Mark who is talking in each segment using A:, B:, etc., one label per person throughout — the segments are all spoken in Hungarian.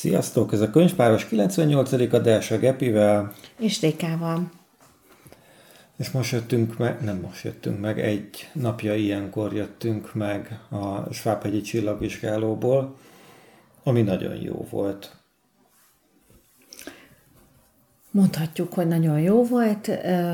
A: Sziasztok! Ez a Könyvpáros 98. adása Gepivel.
B: És Rékával.
A: És most jöttünk meg, egy napja ilyenkor jöttünk meg a Svábhegyi Csillagvizsgálóból, ami nagyon jó volt.
B: Mondhatjuk, hogy nagyon jó volt.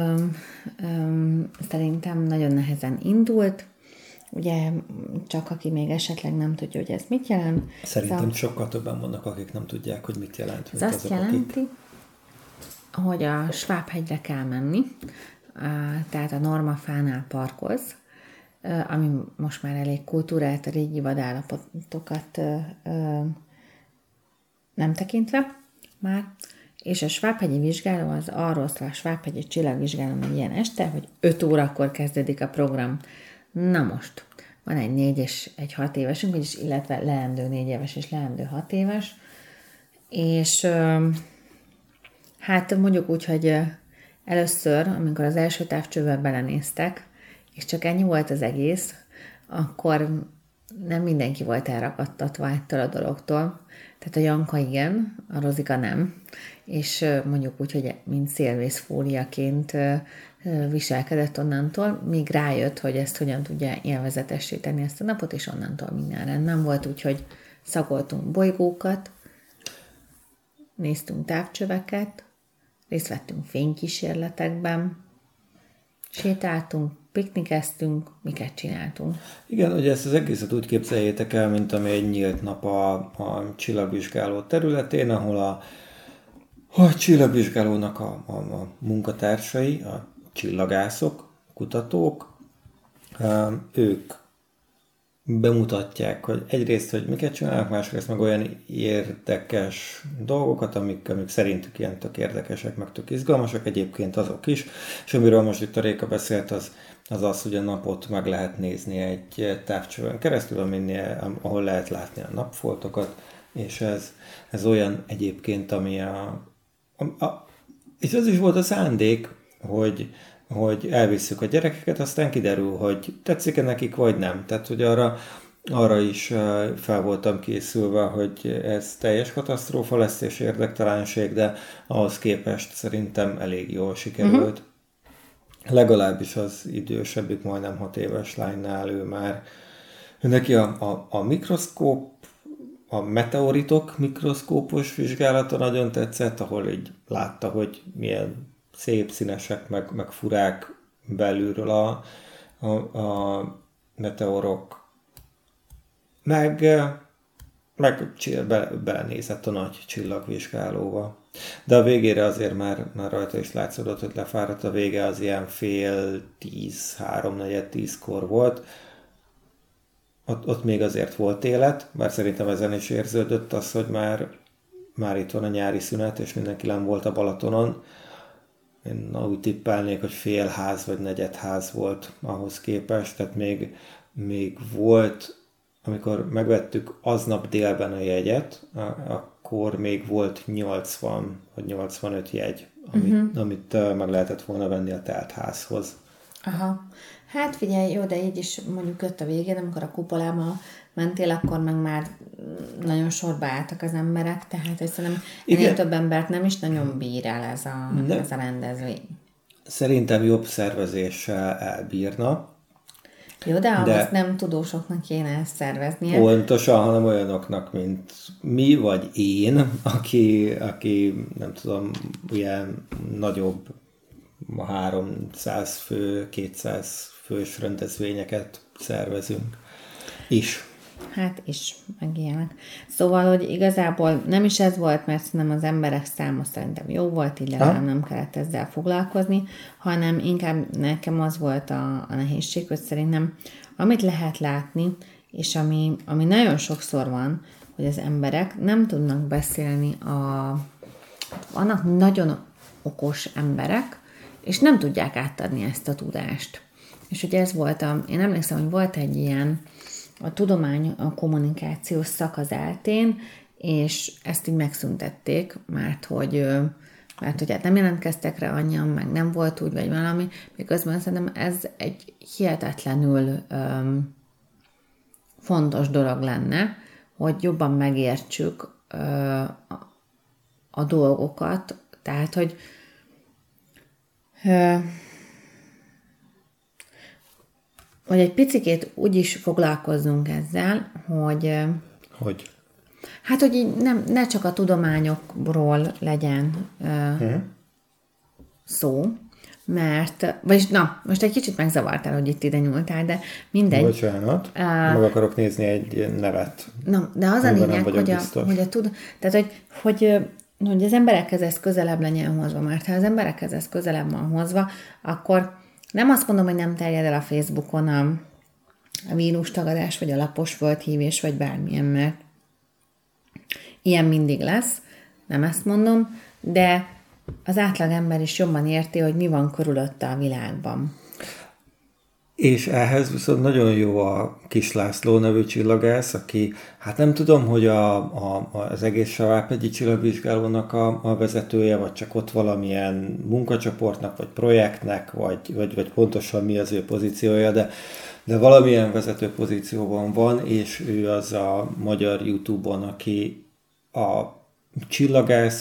B: Szerintem nagyon nehezen indult. Ugye csak aki még esetleg nem tudja, hogy ez mit jelent.
A: Szerintem sokkal többen vannak, akik nem tudják, hogy mit jelent.
B: Ez azt jelenti, hogy a Svábhegyre kell menni, tehát a Normafánál parkolsz, ami most már elég kultúrált, a régi vadállapotokat nem tekintve már, és a Svábhegyi vizsgáló az arról szól, a Svábhegyi Csillagvizsgáló egy ilyen este, hogy 5 órakor kezdődik a program. Na most, van egy 4 és egy 6 évesünk, vagyis illetve leendő 4 éves és leendő 6 éves, és hát mondjuk úgy, hogy először, amikor az első távcsővel belenéztek, és csak ennyi volt az egész, akkor nem mindenki volt elrakadtatva ettől a dologtól. Tehát a Janka igen, a Rozika nem, és mondjuk úgy, hogy mint szélvészfóliaként viselkedett onnantól, míg rájött, hogy ezt hogyan tudja élvezetessé tenni ezt a napot, és onnantól minden rendben volt, úgyhogy szagoltunk bolygókat, néztünk távcsöveket, részt vettünk fénykísérletekben, sétáltunk, piknikeztünk, miket csináltunk.
A: Igen, ugye ezt az egészet úgy képzeljétek el, mint ami egy nyílt nap a csillagvizsgáló területén, ahol a csillagvizsgálónak a munkatársai, a csillagászok, kutatók, ők bemutatják, hogy egyrészt, hogy miket csinálnak, másrészt meg olyan érdekes dolgokat, amik szerintük ilyen tök érdekesek, meg tök izgalmasak, egyébként azok is. És amiről most itt a Réka beszélt, az, hogy a napot meg lehet nézni egy távcsövön keresztül, ahol lehet látni a napfoltokat, és ez olyan egyébként, ami és az is volt a szándék, hogy elvisszük a gyerekeket, aztán kiderül, hogy tetszik-e nekik, vagy nem. Tehát, hogy arra is fel voltam készülve, hogy ez teljes katasztrófa lesz és érdektelenség, de ahhoz képest szerintem elég jól sikerült. Legalábbis az idősebbik, majdnem 6 éves lánynál neki a mikroszkóp, a meteoritok mikroszkópos vizsgálata nagyon tetszett, ahol így látta, hogy milyen szép színesek, meg furák belülről a meteorok. Meg belenézett a nagy csillagvizsgálóba. De a végére azért már rajta is látszódott, hogy lefáradt. A vége az ilyen 9:30, 3:45-kor volt. Ott még azért volt élet, bár szerintem ezen is érződött az, hogy már itt van a nyári szünet, és mindenki nem volt a Balatonon. Én úgy tippelnék, hogy félház vagy negyedház volt ahhoz képest, tehát még volt, amikor megvettük aznap délben a jegyet, akkor még volt 80 vagy 85 jegy, amit meg lehetett volna venni a teltházhoz.
B: Aha. Hát figyelj, jó, de így is mondjuk jött a végén, amikor a kupolába mentél, akkor meg már nagyon sorba álltak az emberek, tehát szerintem ennél több embert nem is nagyon bír el ez a rendezvény.
A: Szerintem jobb szervezéssel elbírna.
B: Jó, de ahhoz nem tudósoknak kéne ezt szerveznie.
A: Pontosan, hanem olyanoknak, mint mi vagy én, aki nem tudom, ilyen nagyobb 300 fő, 200 fős rendezvényeket szervezünk is.
B: Hát is, meg ilyenek. Szóval, hogy igazából nem is ez volt, mert szerintem az emberek száma szerintem jó volt, így legalább nem kellett ezzel foglalkozni, hanem inkább nekem az volt a nehézség, hogy szerintem amit lehet látni, és ami nagyon sokszor van, hogy az emberek nem tudnak beszélni vannak nagyon okos emberek, és nem tudják átadni ezt a tudást. És ugye ez volt én emlékszem, hogy volt egy ilyen a tudomány, a kommunikációs szak az eltén, és ezt így megszüntették, mert hogy hát nem jelentkeztek rá annyian, meg nem volt úgy, vagy valami, miközben szerintem ez egy hihetetlenül fontos dolog lenne, hogy jobban megértsük a dolgokat. Tehát, hogy egy picikét úgy is foglalkozzunk ezzel, hogy hát, hogy így ne csak a tudományokról legyen szó, mert, vagyis na, most egy kicsit megzavartál, hogy itt ide nyúltál, de mindegy.
A: Bocsánat, meg akarok nézni egy nevet.
B: Na, de az a lényeg, hogy az emberekhez ez közelebb legyen hozva, mert ha az emberekhez ez közelebb van hozva, akkor nem azt mondom, hogy nem terjed el a Facebookon a vírustagadás, vagy a lapos földhívés, vagy bármilyen, mert ilyen mindig lesz, nem ezt mondom, de az átlagember is jobban érti, hogy mi van körülötte a világban.
A: És ehhez viszont nagyon jó a Kis László nevű csillagász, aki, hát nem tudom, hogy az egész Saváphegyi csillagvizsgálónak a vezetője, vagy csak ott valamilyen munkacsoportnak, vagy projektnek, vagy pontosan mi az ő pozíciója, de valamilyen vezető pozícióban van, és ő az a magyar YouTube-on, aki a csillagász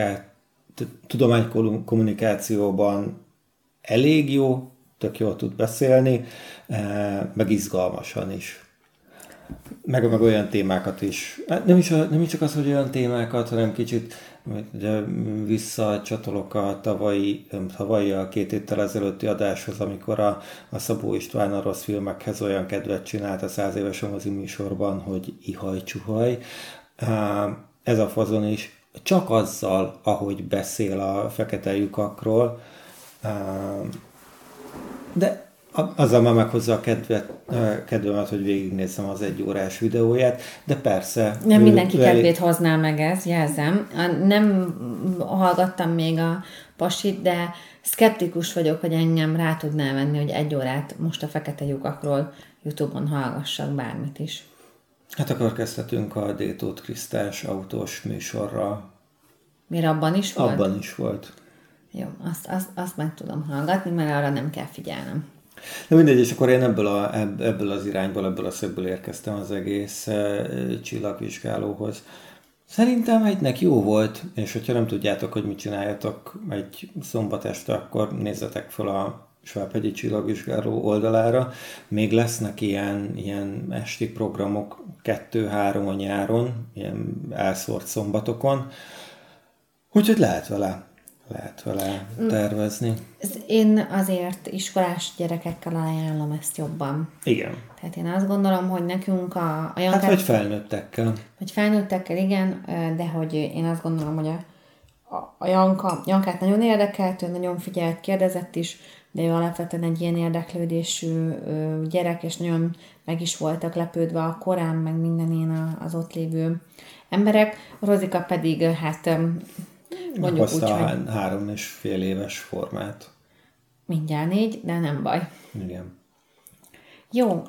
A: tudománykommunikációban elég jó, tök jól tud beszélni, meg izgalmasan is. Meg olyan témákat is. Nem is csak az, hogy olyan témákat, hanem kicsit ugye, visszacsatolok a tavalyi 2 héttel ezelőtti adáshoz, amikor a Szabó István a rossz filmekhez olyan kedvet csinált a 100 éves mozi műsorban, hogy ihaj-csuhaj. Ez a fazon is csak azzal, ahogy beszél a fekete lyukakról, de azzal már meghozza a kedvemet, hogy végignézzem az 1 órás videóját, de persze...
B: Nem mindenki kedvét hozná meg ezt, jelzem. Nem hallgattam még a pasit, de szkeptikus vagyok, hogy engem rá tudná venni, hogy 1 órát most a fekete lyukakról YouTube-on hallgassak bármit is.
A: Hát akkor kezdhetünk a Détót Krisztás autós műsorral.
B: Miért abban is volt?
A: Abban is volt.
B: Jó, azt meg tudom hallgatni, mert arra nem kell figyelnem.
A: De mindegy, és akkor én ebből az irányból, ebből a szögből érkeztem az egész csillagvizsgálóhoz. Szerintem egynek jó volt, és hogyha nem tudjátok, hogy mit csináljatok egy szombat este, akkor nézzetek fel a Saváphegyi csillagvizsgáló oldalára. Még lesznek ilyen esti programok 2-3 a nyáron, ilyen elszórt szombatokon, úgyhogy lehet vele tervezni.
B: Én azért iskolás gyerekekkel ajánlom ezt jobban.
A: Igen.
B: Tehát én azt gondolom, hogy nekünk a
A: Jankát... Hát vagy felnőttekkel.
B: Vagy felnőttekkel, igen, de hogy én azt gondolom, hogy a Jankát nagyon érdekelt, ő nagyon figyelt, kérdezett is, de ő alapvetően egy ilyen érdeklődésű gyerek, és nagyon meg is voltak lepődve a korán, meg mindenén az ott lévő emberek. Rozika pedig, hát mondjuk
A: hozta úgy, hogy 3,5 éves formát.
B: Mindjárt 4, de nem baj.
A: Igen.
B: Jó,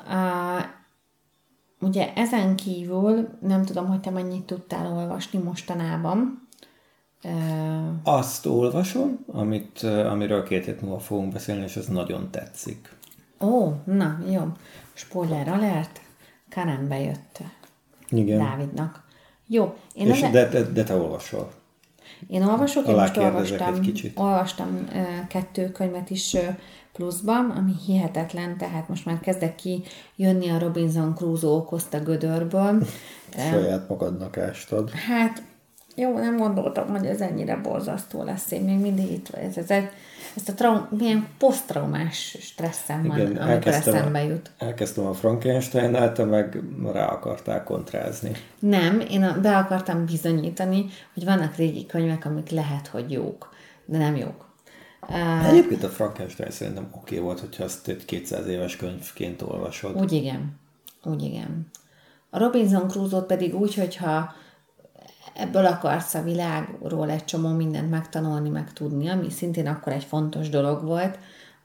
B: ugye ezen kívül nem tudom, hogy te mennyit tudtál olvasni mostanában.
A: Azt olvasom, amiről 2 hét múlva fogunk beszélni, és ez nagyon tetszik.
B: Ó, na, jó. Spoiler alert, Karen bejött.
A: Igen.
B: Dávidnak. Jó.
A: De te olvasol.
B: Én olvasok, én most olvastam 2 könyvet is pluszban, ami hihetetlen, tehát most már kezdek ki jönni a Robinson Crusoe okozta gödörből.
A: Saját magadnak ástad.
B: Hát, jó, nem gondoltam, hogy ez ennyire borzasztó lesz. Én még mindig itt ezt a milyen posztraumás stresszem van, amikor eszembe jut.
A: Elkezdtem a Frankenstein-nál, te meg rá akartál kontrázni.
B: Nem, én be akartam bizonyítani, hogy vannak régi könyvek, amik lehet, hogy jók, de nem jók.
A: Egyébként a Frankenstein szerintem oké volt, hogyha azt egy 200 éves könyvként olvasod.
B: Úgy igen. A Robinson Crusoe-t pedig úgy, hogyha ebből akarsz a világról egy csomó mindent megtanulni, meg tudni, ami szintén akkor egy fontos dolog volt,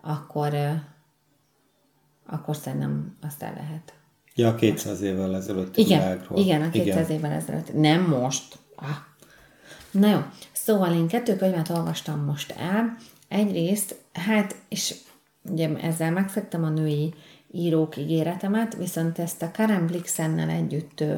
B: akkor szerintem azt el lehet.
A: Ja, 200 évvel ezelőtt világról.
B: Igen, a 200 évvel ezelőtt. Nem most. Na jó, szóval én 2 könyvet olvastam most el. Egyrészt, hát, és ugye ezzel megszegtem a női írók ígéretemet, viszont ezt a Karen Blixennel együtt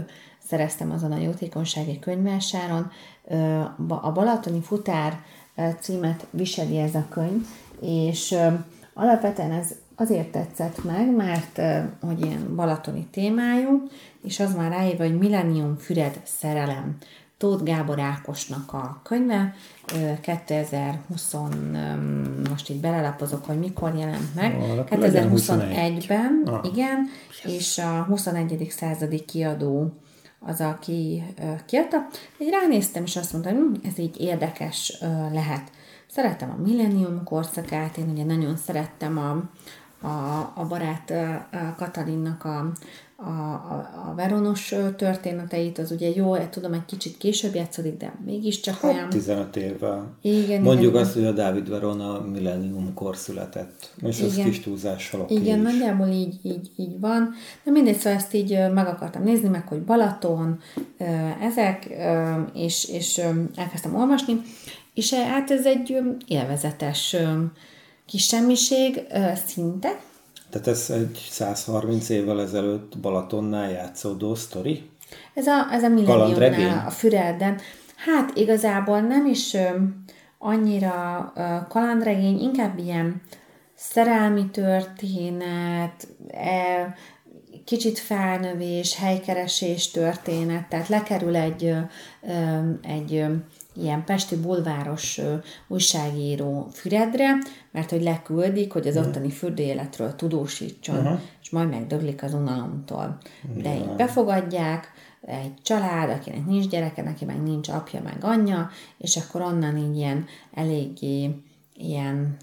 B: szereztem azon a jótékonysági könyvvásáron. A Balatoni Futár címet viseli ez a könyv, és alapvetően ez azért tetszett meg, mert hogy ilyen balatoni témájú, és az már ráírva, hogy Millennium Füred szerelem. Tóth Gábor Ákosnak a könyve, 2020, most így belelapozok, hogy mikor jelent meg, 2021-ben, igen, és a 21. századi kiadó az, aki kiadta. Így ránéztem, és azt mondtam, hogy ez így érdekes lehet. Szerettem a millennium korszakát, én ugye nagyon szerettem a barát Katalinnak a Veronos történeteit, az ugye jó, tudom, egy kicsit később játszódik, de mégiscsak olyan.
A: 15 évvel.
B: Igen,
A: mondjuk
B: igen,
A: azt, hogy a Dávid Verona a millenniumkor született. És az kis túlzással oké.
B: Igen, nagyjából így van. De mindegy, szóval ezt így meg akartam nézni, meg hogy Balaton, ezek, és elkezdtem olvasni, és hát ez egy élvezetes kis semmiség szinte.
A: Tehát ez egy 130 évvel ezelőtt Balatonnál játszódó sztori?
B: Ez a Millenniumnál, a Füreden. Hát igazából nem is annyira kalandregény, inkább ilyen szerelmi történet, kicsit felnövés, helykeresés történet, tehát lekerül egy ilyen pesti bulváros újságíró Füredre, mert hogy leküldik, hogy az ottani fürdi életről tudósítson, és majd megdöglik az unalomtól. De így befogadják, egy család, akinek nincs gyereke, neki meg nincs apja, meg anyja, és akkor onnan így ilyen eléggé ilyen...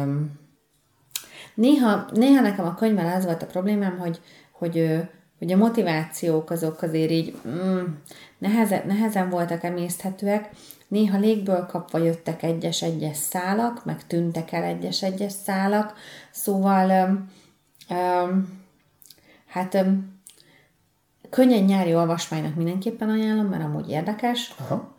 B: Néha nekem a könyvvel az volt a problémám, hogy a motivációk azok azért így nehezen voltak emészthetőek, néha légből kapva jöttek egyes szálak, meg tűntek el egyes szálak, szóval könnyen nyári olvasmánynak mindenképpen ajánlom, mert amúgy érdekes.
A: Aha.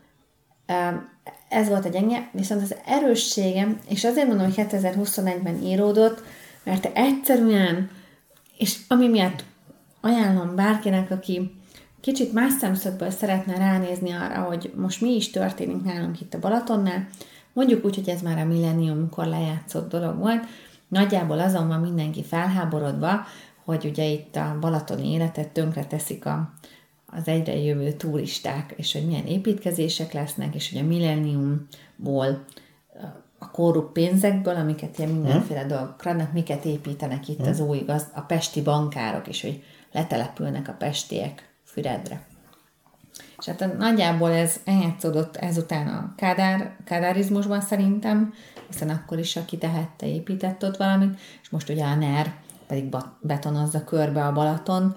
B: Ez volt a gyenge, viszont az erősségem, és azért mondom, hogy 2021-ben íródott, mert egyszerűen, és ami miatt ajánlom bárkinek, aki kicsit más szemszögből szeretne ránézni arra, hogy most mi is történik nálunk itt a Balatonnál, mondjuk úgy, hogy ez már a millenniumkor lejátszott dolog volt, nagyjából azon van mindenki felháborodva, hogy ugye itt a balatoni életet tönkre teszik az egyre jövő turisták, és hogy milyen építkezések lesznek, és hogy a millenniumból, a korrupt pénzekből, amiket ilyen mindenféle dolgok adnak, miket építenek itt az új a pesti bankárok, és hogy letelepülnek a pestiek Füredre. És hát nagyjából ez eljátszódott ezután a kádárizmusban szerintem, hiszen akkor is, aki tehette, épített ott valamit, és most ugye a NER pedig betonozza körbe a Balaton,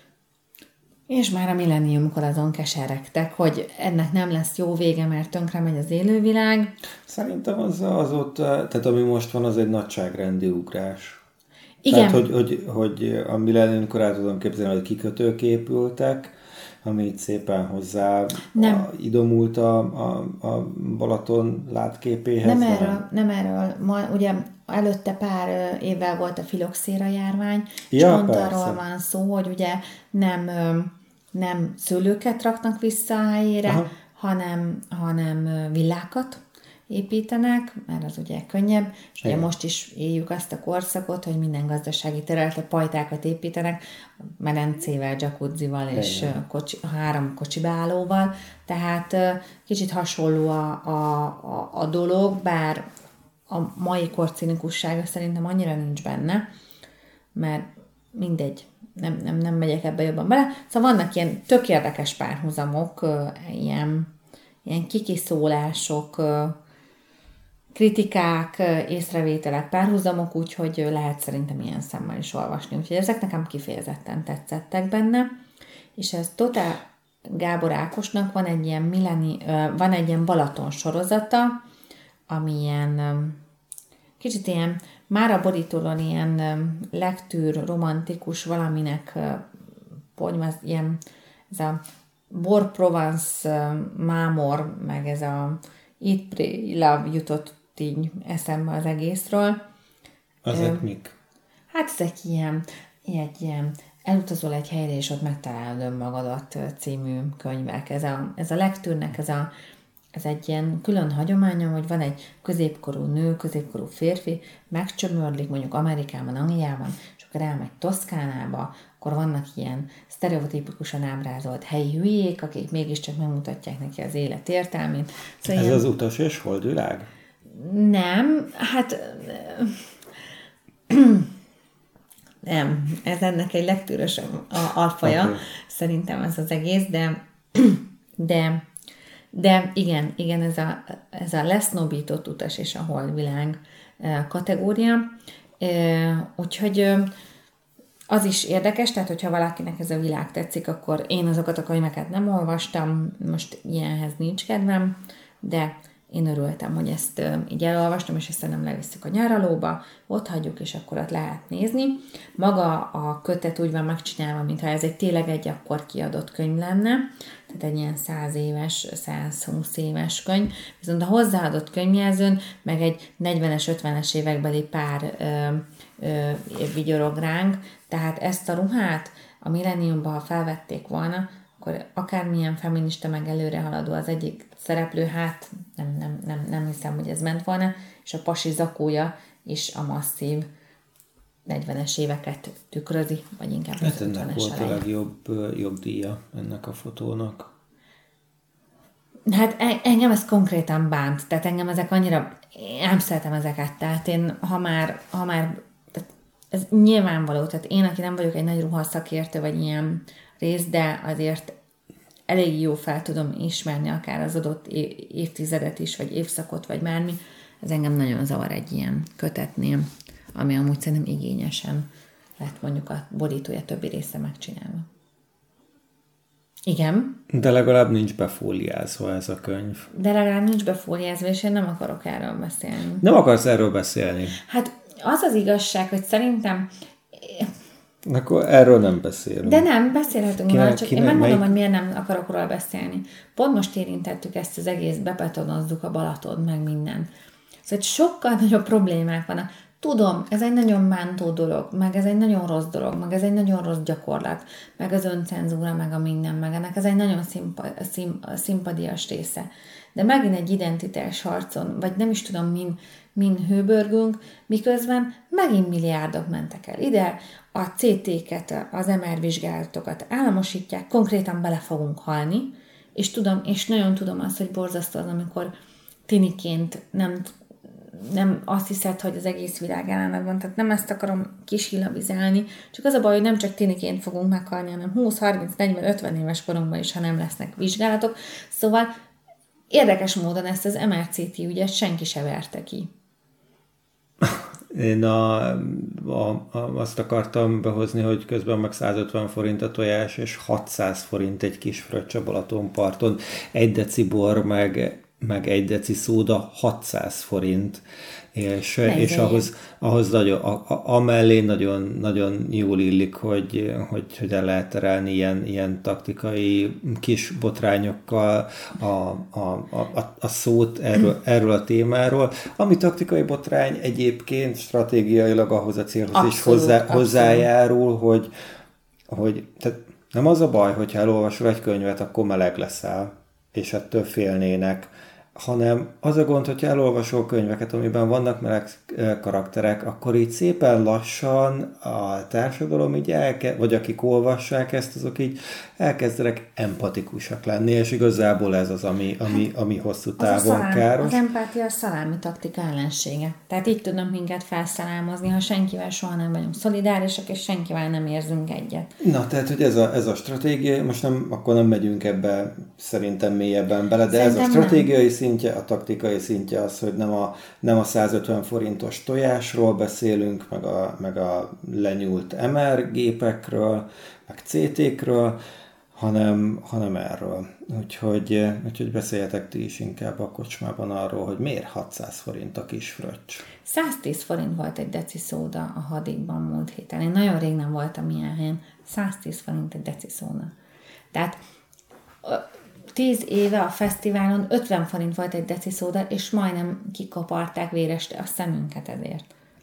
B: és már a millenniumkor azon keseregtek, hogy ennek nem lesz jó vége, mert tönkre megy az élővilág.
A: Szerintem az ott, tehát ami most van, az egy nagyságrendi ugrás.
B: Igen.
A: Tehát, hogy a millenniumkor el tudom képzelni, hogy kikötők épültek, ami szépen hozzá idomult a Balaton látképéhez.
B: Nem erről. Ugye előtte pár évvel volt a filoxéra járvány, és pont arról van szó, hogy ugye nem szőlőket raknak vissza a helyére, hanem villákat építenek, mert az ugye könnyebb, és ugye most is éljük azt a korszakot, hogy minden gazdasági területre pajtákat építenek, medencével, jacuzzival és 3 kocsibeállóval, tehát kicsit hasonló a dolog, bár a mai kor cinikussága szerintem annyira nincs benne, mert mindegy, nem megyek ebbe jobban bele. Szóval vannak ilyen tök érdekes párhuzamok, ilyen kikiszólások, kritikák, észrevételek, párhuzamok, úgyhogy lehet szerintem ilyen szemmel is olvasni. Úgyhogy ezek nekem kifejezetten tetszettek benne. És ez Tóth Gábor Ákosnak van egy ilyen Balaton sorozata, ami ilyen kicsit ilyen Mára borítólon ilyen lektűr, romantikus valaminek ilyen ez a Bor Provence mámor, meg ez a Eat, Pray, Love jutott így eszembe az egészről.
A: Ezek mik?
B: Hát ezek ilyen Elutazol egy helyre, és ott megtalálod önmagadat című könyvek. Ez a legtűrnek, ez egy ilyen külön hagyománya, hogy van egy középkorú nő, középkorú férfi, megcsömörlik mondjuk Amerikában, Angliában, és akkor elmegy Toszkánába, akkor vannak ilyen sztereotipikusan ábrázolt helyi hülyék, akik mégiscsak megmutatják neki az élet értelmét.
A: Szóval ez ilyen... az utas és holdvilág?
B: Nem, hát... Nem, ez ennek egy legtűrösebb alfaja, okay. Szerintem ez az egész, de igen, ez a lesznobított utas és a holdvilág kategória. Úgyhogy az is érdekes, tehát hogyha valakinek ez a világ tetszik, akkor én azokat a könyveket nem olvastam, most ilyenhez nincs kedvem, de én örültem, hogy ezt így elolvastam, és ezt nem levisszük a nyaralóba, ott hagyjuk, és akkor ott lehet nézni. Maga a kötet úgy van megcsinálva, mintha ez tényleg egy akkor kiadott könyv lenne, tehát egy ilyen 100 éves, 120 éves könyv, viszont a hozzáadott könyvjelzőn meg egy 40-es, 50-es évekbeli pár vigyorog ránk, tehát ezt a ruhát a millenniumban, ha felvették volna, akkor akármilyen feminista meg előre haladó az egyik szereplő, hát nem hiszem, hogy ez ment volna, és a pasi zakója is a masszív 40-es éveket tükrözi, vagy inkább az 50-es
A: elején. Ennek volt a legjobb jogdíja ennek a fotónak.
B: Hát engem ez konkrétan bánt, tehát engem ezek annyira, nem szeretem ezeket, tehát én ha már tehát ez nyilvánvaló, tehát én, aki nem vagyok egy nagy ruhaszakértő, vagy ilyen rész, de azért elég jó fel tudom ismerni akár az adott évtizedet is, vagy évszakot, vagy bármi. Ez engem nagyon zavar egy ilyen kötetnél, ami amúgy szerintem igényesen lett mondjuk a borítója többi része megcsinálva. Igen.
A: De legalább nincs befóliázva ez a könyv.
B: De legalább nincs befóliázva, és én nem akarok erről beszélni.
A: Nem akarsz erről beszélni?
B: Hát az az igazság, hogy szerintem...
A: Akkor erről nem beszélünk.
B: De nem, beszélhetünk róla, csak én megmondom, hogy miért nem akarok róla beszélni. Pont most érintettük ezt az egész, bebetonozzuk a Balaton, meg minden. Szóval sokkal nagyobb problémák vannak. Tudom, ez egy nagyon bántó dolog, meg ez egy nagyon rossz dolog, meg ez egy nagyon rossz gyakorlat, meg az öncenzúra, meg a minden, meg ennek ez egy nagyon szimpadias része. De megint egy identitás harcon, vagy nem is tudom, min hőbörgünk, miközben megint milliárdok mentek el ide, a CT-ket, az MR vizsgálatokat államosítják, konkrétan bele fogunk halni, és nagyon tudom azt, hogy borzasztó az, amikor tiniként nem azt hiszed, hogy az egész világ ellened van, tehát nem ezt akarom kishillabizálni, csak az a baj, hogy nem csak tiniként fogunk meghalni, hanem 20, 30, 40, 50 éves korunkban is, ha nem lesznek vizsgálatok. Szóval érdekes módon ezt az MRCT ügyet senki se verte ki.
A: Én azt akartam behozni, hogy közben meg 150 forint a tojás, és 600 forint egy kis fröccs a Balatonparton. 1 deci bor, meg 1 deci szóda 600 forint. És ahhoz nagyon, amellé nagyon, nagyon jól illik, hogy el lehet terelni ilyen taktikai kis botrányokkal a szót erről a témáról. Ami taktikai botrány egyébként stratégiailag ahhoz a célhoz abszolút, is hozzájárul, hogy tehát nem az a baj, hogyha elolvasol egy könyvet, akkor meleg leszel, és ettől félnének, hanem az a gond, hogyha elolvasol könyveket, amiben vannak meleg karakterek, akkor így szépen lassan a társadalom így vagy akik olvassák ezt, azok így elkezdenek empatikusak lenni, és igazából ez az, ami hosszú távon káros.
B: Az empátia a szalámi taktika ellensége. Tehát így tudnak minket felszalámozni, ha senkivel soha nem vagyunk szolidárisak, és senkivel nem érzünk egyet.
A: Na, tehát, hogy ez a stratégia, most akkor nem megyünk ebbe szerintem mélyebben bele, de szerintem ez a stratégiai szintje, a taktikai szintje az, hogy nem a 150 forintos tojásról beszélünk, meg a lenyúlt MR gépekről, meg CT-kről, hanem erről. Úgyhogy beszéljetek ti is inkább a kocsmában arról, hogy miért 600 forint a kis fröccs.
B: 110 forint volt egy deci szóda a Hadikban múlt héten. Én nagyon rég nem voltam ilyen helyen. 110 forint egy deci szóda. Tehát 10 éve a fesztiválon 50 forint volt egy deci szóda, és majdnem kikaparták véreste a szemünket ezért.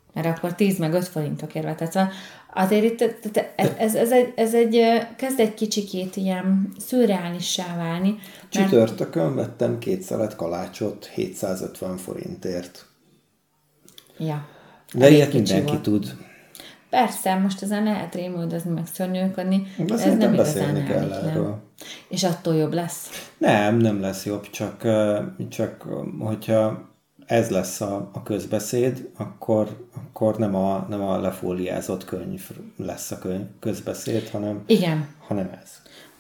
B: Mert akkor 10 meg 5 forintokért vett. Szóval azért itt ez kezd egy kicsikét ilyen szürreálissá válni.
A: Csütörtökön vettem 2 szelet kalácsot 750 forintért.
B: Ja.
A: De ilyet mindenki tud.
B: Persze, most ezen lehet rémüldezni, meg szörnyűködni,
A: de ez nem igazán kell erről.
B: És attól jobb lesz?
A: Nem lesz jobb, csak hogyha ez lesz a közbeszéd, akkor nem a lefóliázott könyv lesz a közbeszéd, hanem ez.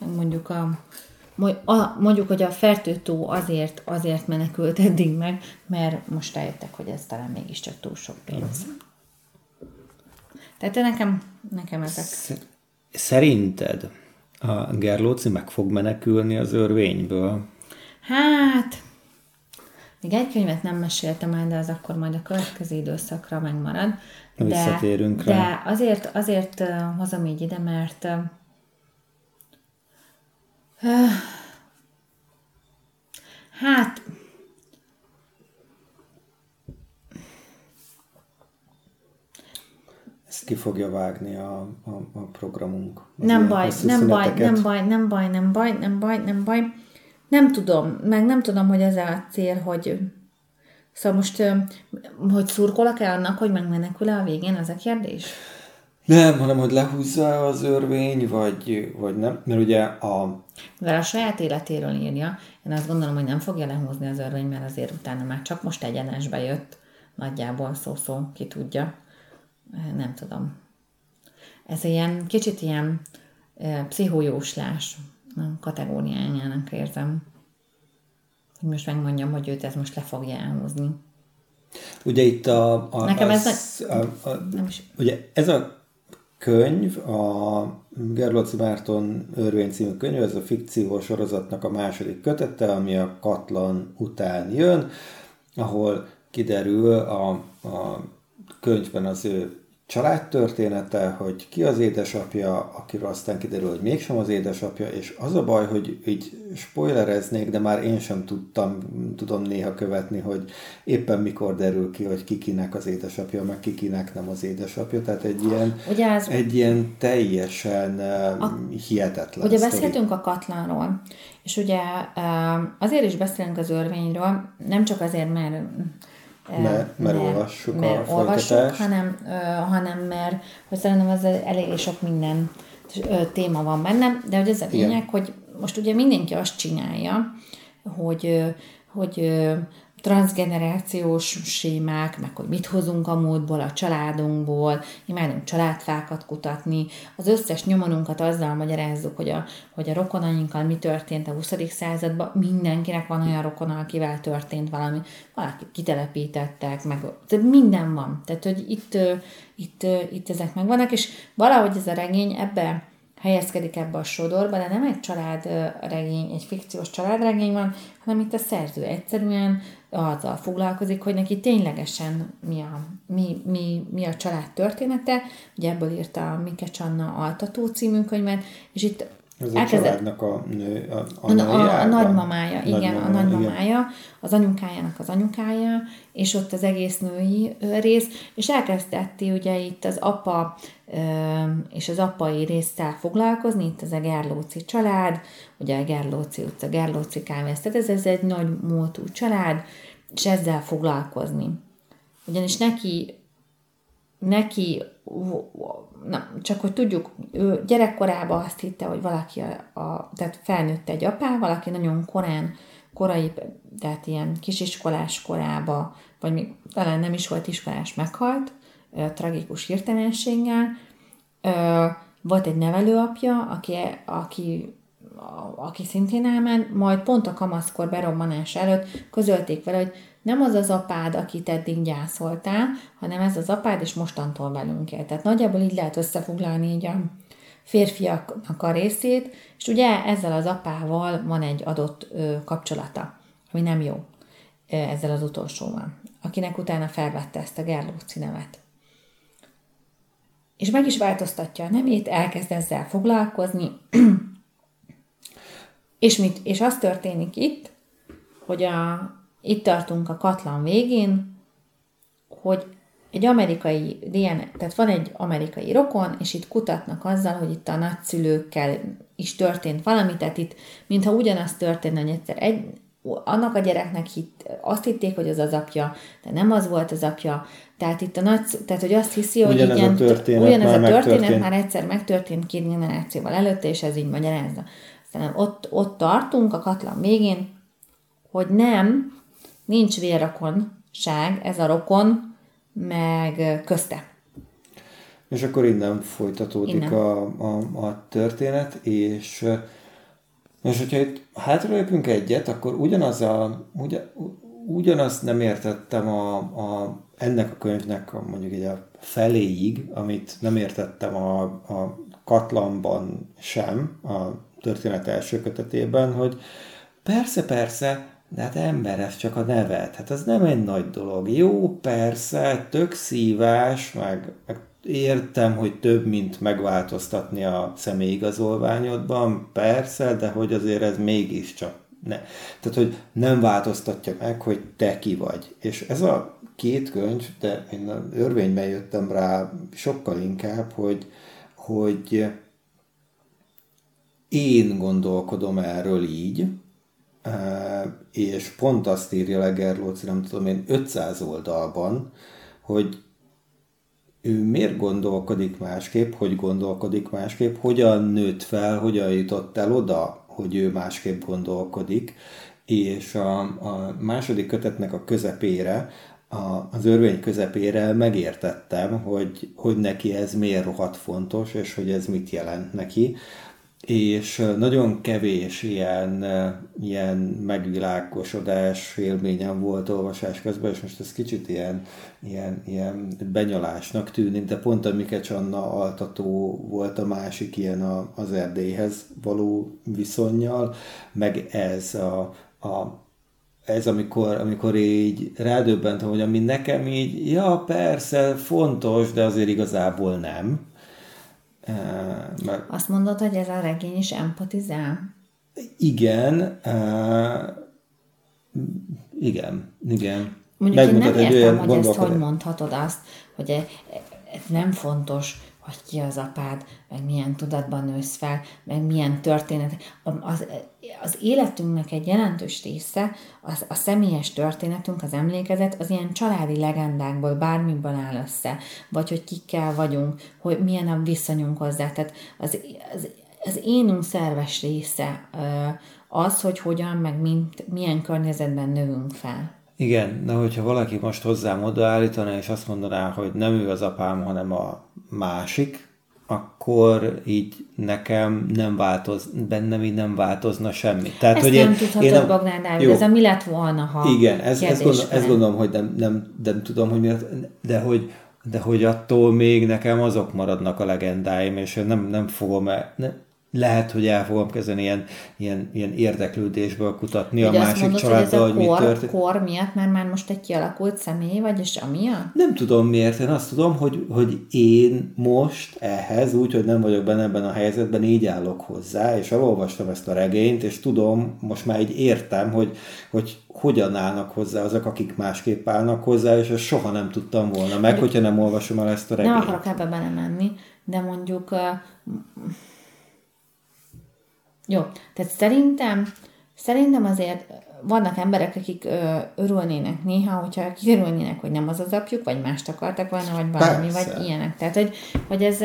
B: Mondjuk, hogy a Fertőtó azért menekült eddig meg, mert most rájöttek, hogy ez talán mégiscsak túl sok pénz. Tehát nekem ezek...
A: Szerinted a Gerlóci meg fog menekülni az örvényből?
B: Hát... Még egy könyvet nem meséltem el, de az akkor majd a következő időszakra megmarad.
A: Visszatérünk rá.
B: De azért hozom így ide, mert hát ezt
A: ki fogja vágni a programunk.
B: Nem baj. Nem tudom, hogy ez a cél, hogy szóval most, hogy szurkolok-e annak, hogy megmenekül-e a végén, az a kérdés?
A: Nem, hanem, hogy lehúzza az örvény, vagy nem, mert ugye
B: Mivel a saját életéről írja, én azt gondolom, hogy nem fogja lehúzni az örvény, mert azért utána már csak most egyenesbe jött, nagyjából szó, ki tudja. Nem tudom. Ez kicsit ilyen pszichojóslás kategóriájának érzem. Hogy most megmondjam, hogy őt ez most le fogja elhúzni.
A: Ugye itt
B: nekem
A: ugye ez a könyv, a Gerlóci Márton Örvény című könyv, ez a fikciós sorozatnak a második kötete, ami a Katlan után jön, ahol kiderül a könyvben az ő családtörténete, hogy ki az édesapja, akiről aztán kiderül, hogy mégsem az édesapja, és az a baj, hogy így spoilereznék, de már én sem tudom néha követni, hogy éppen mikor derül ki, hogy kikinek az édesapja, meg kikinek nem az édesapja, tehát egy ilyen teljesen hihetetlen
B: ugye beszéltünk a Katlanról, és ugye azért is beszélünk az örvényről, nem csak azért, mert
A: olvassuk a folytatást,
B: hanem mert hogy szerintem az elég sok minden téma van benne, de hogy ez a lényeg, hogy most ugye mindenki azt csinálja, hogy transzgenerációs sémák, meg hogy mit hozunk a múltból, a családunkból, imádunk családfákat kutatni, az összes nyomorunkat azzal magyarázzuk, hogy a rokonainkkal mi történt a 20. században, mindenkinek van olyan rokona, akivel történt valami, valakit kitelepítettek, meg minden van. Tehát, hogy itt ezek megvannak, és valahogy ez a regény helyezkedik ebbe a sodorba, de nem egy családregény, egy fikciós családregény van, hanem itt a szerző egyszerűen azzal foglalkozik, hogy neki ténylegesen mi a család története. Ugye ebből írta a Mikes Anna Altató című könyvet, és itt
A: ez a családnak a nő,
B: a nagymamája, igen, a nagymamája, az anyukájának az anyukája, és ott az egész női rész, és elkezdett ugye itt az apa és az apai résszel foglalkozni, itt az a Gerlóci család, ugye a Gerlóci utca, Gerlóci kávéz, tehát ez egy nagy múltú család, és ezzel foglalkozni. Ugyanis neki csak hogy tudjuk, ő gyerekkorában azt hitte, hogy valaki tehát felnőtt egy apával, aki nagyon korai, tehát ilyen kisiskolás korába, vagy még talán nem is volt iskolás, meghalt, tragikus hirtelenséggel. Volt egy nevelőapja, aki szintén elment, majd pont a kamaszkor berobbanás előtt közölték vele, hogy nem az az apád, akit eddig gyászoltál, hanem ez az apád, és mostantól velünk él. Tehát nagyjából így lehet összefoglalni így a férfiaknak a részét, és ugye ezzel az apával van egy adott kapcsolata, ami nem jó ezzel az utolsóval, akinek utána felvette ezt a Gerlóci nevet. És meg is változtatja a nemét, elkezd ezzel foglalkozni, és az történik itt, hogy itt tartunk a Katlan végén, hogy egy amerikai DNA, tehát van egy amerikai rokon, és itt kutatnak azzal, hogy itt a nagyszülőkkel is történt valami, tehát itt mintha ugyanaz történne, hogy egyszer annak a gyereknek azt hitték, hogy az az apja, de nem az volt az apja, tehát itt tehát hogy azt hiszi, hogy ugyanez a történet már egyszer megtörtént 2 generációval előtte, és ez így magyarázza. Aztán ott tartunk a katlan végén, hogy nincs vérrokonság, ez a rokon, meg közte.
A: És akkor innen folytatódik a történet, és hogyha itt hátralépünk egyet, akkor ugyanazt nem értettem ennek a könyvnek mondjuk egy a feléig, amit nem értettem a Katlanban sem, a történet első kötetében, hogy persze, de hát ember, ez csak a neved. Hát az nem egy nagy dolog. Jó, persze, tök szívás, meg értem, hogy több, mint megváltoztatni a személyigazolványodban, persze, de hogy azért ez mégiscsak ne. Tehát, hogy nem változtatja meg, hogy te ki vagy. És ez a 2 könyv, de én az örvényben jöttem rá sokkal inkább, hogy én gondolkodom erről így, és pont azt írja Legerlóci, nem tudom én, 500 oldalban, hogy ő miért gondolkodik másképp, hogy gondolkodik másképp, hogyan nőtt fel, hogyan jutott el oda, hogy ő másképp gondolkodik, és a második kötetnek a közepére, az örvény közepére megértettem, hogy neki ez miért rohadt fontos, és hogy ez mit jelent neki. És nagyon kevés ilyen megvilágosodás élményem volt olvasás közben, és most ez kicsit ilyen benyalásnak tűnik, de pont a Mikecs Anna altató volt a másik ilyen az Erdélyhez való viszonnyal, meg ez amikor így rádöbbentem, hogy ami nekem így, ja persze, fontos, de azért igazából nem.
B: Azt mondod, hogy ez a regény is empatizál?
A: Igen.
B: Mondjuk megmutat én nem értem, hogy ezt hogy mondhatod azt, hogy ez nem fontos, hogy ki az apád, meg milyen tudatban nősz fel, meg milyen történet. Az életünknek egy jelentős része, a személyes történetünk, az emlékezet, az ilyen családi legendákból, bármiből áll össze, vagy hogy kikkel vagyunk, hogy milyen a viszonyunk hozzá. Tehát az énünk szerves része az, hogy hogyan, meg milyen környezetben növünk fel.
A: Igen, de hogyha valaki most hozzám odaállítaná, és azt mondaná, hogy nem ő az apám, hanem a másik, akkor így nekem bennem így nem változna semmi. Tehát,
B: ezt
A: hogy
B: nem tudhatod, Bognár Dávid, ez a mi lett volna, ha
A: igen, ezt gondolom, hogy nem tudom, hogy miért, de hogy attól még nekem azok maradnak a legendáim, és nem fogom lehet, hogy el fogom kezdeni ilyen érdeklődésből kutatni a másik családdal,
B: hogy mi történt. Kor miatt, mert már most egy kialakult személy vagy, és amiatt?
A: Nem tudom miért, én azt tudom, hogy én most ehhez, úgy, hogy nem vagyok benne ebben a helyzetben, így állok hozzá, és elolvastam ezt a regényt, és tudom, most már így értem, hogy hogyan állnak hozzá azok, akik másképp állnak hozzá, és ezt soha nem tudtam volna meg, hogyha nem olvasom el ezt a regényt.
B: Nem akarok ebbe belemenni, de mondjuk... Jó, tehát szerintem azért vannak emberek, akik örülnének néha, hogyha kiderülnének, hogy nem az az apjuk, vagy mást akartak volna, vagy valami, vagy ilyenek. Tehát, hogy ez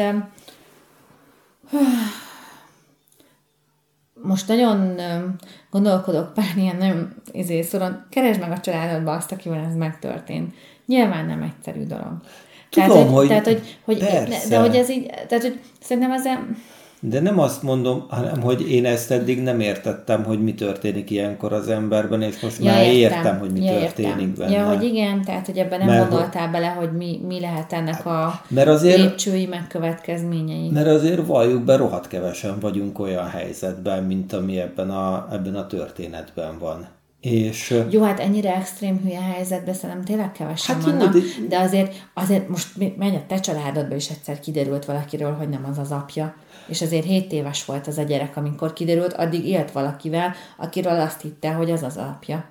B: most nagyon gondolkodok pár ilyen nagyon szoron, keresd meg a családodba azt, akivel ez megtörtént. Nyilván nem egyszerű dolog.
A: Tudom,
B: de hogy ez így, tehát, hogy szerintem ez
A: de nem azt mondom, hanem, hogy én ezt eddig nem értettem, hogy mi történik ilyenkor az emberben, és most már értem, hogy mi történik benne.
B: Ja, hogy igen, tehát, hogy ebben nem gondoltál bele, hogy mi lehet ennek a lépcsői megkövetkezményei.
A: Mert azért valljuk be, rohadt kevesen vagyunk olyan helyzetben, mint ami ebben a történetben van. És,
B: jó, hát ennyire extrém hülye helyzetben szerintem tényleg kevesen vannak, de azért most megy a te családodba is egyszer kiderült valakiről, hogy nem az az apja, és azért 7 éves volt az a gyerek, amikor kiderült, addig élt valakivel, akiről azt hitte, hogy az az apja.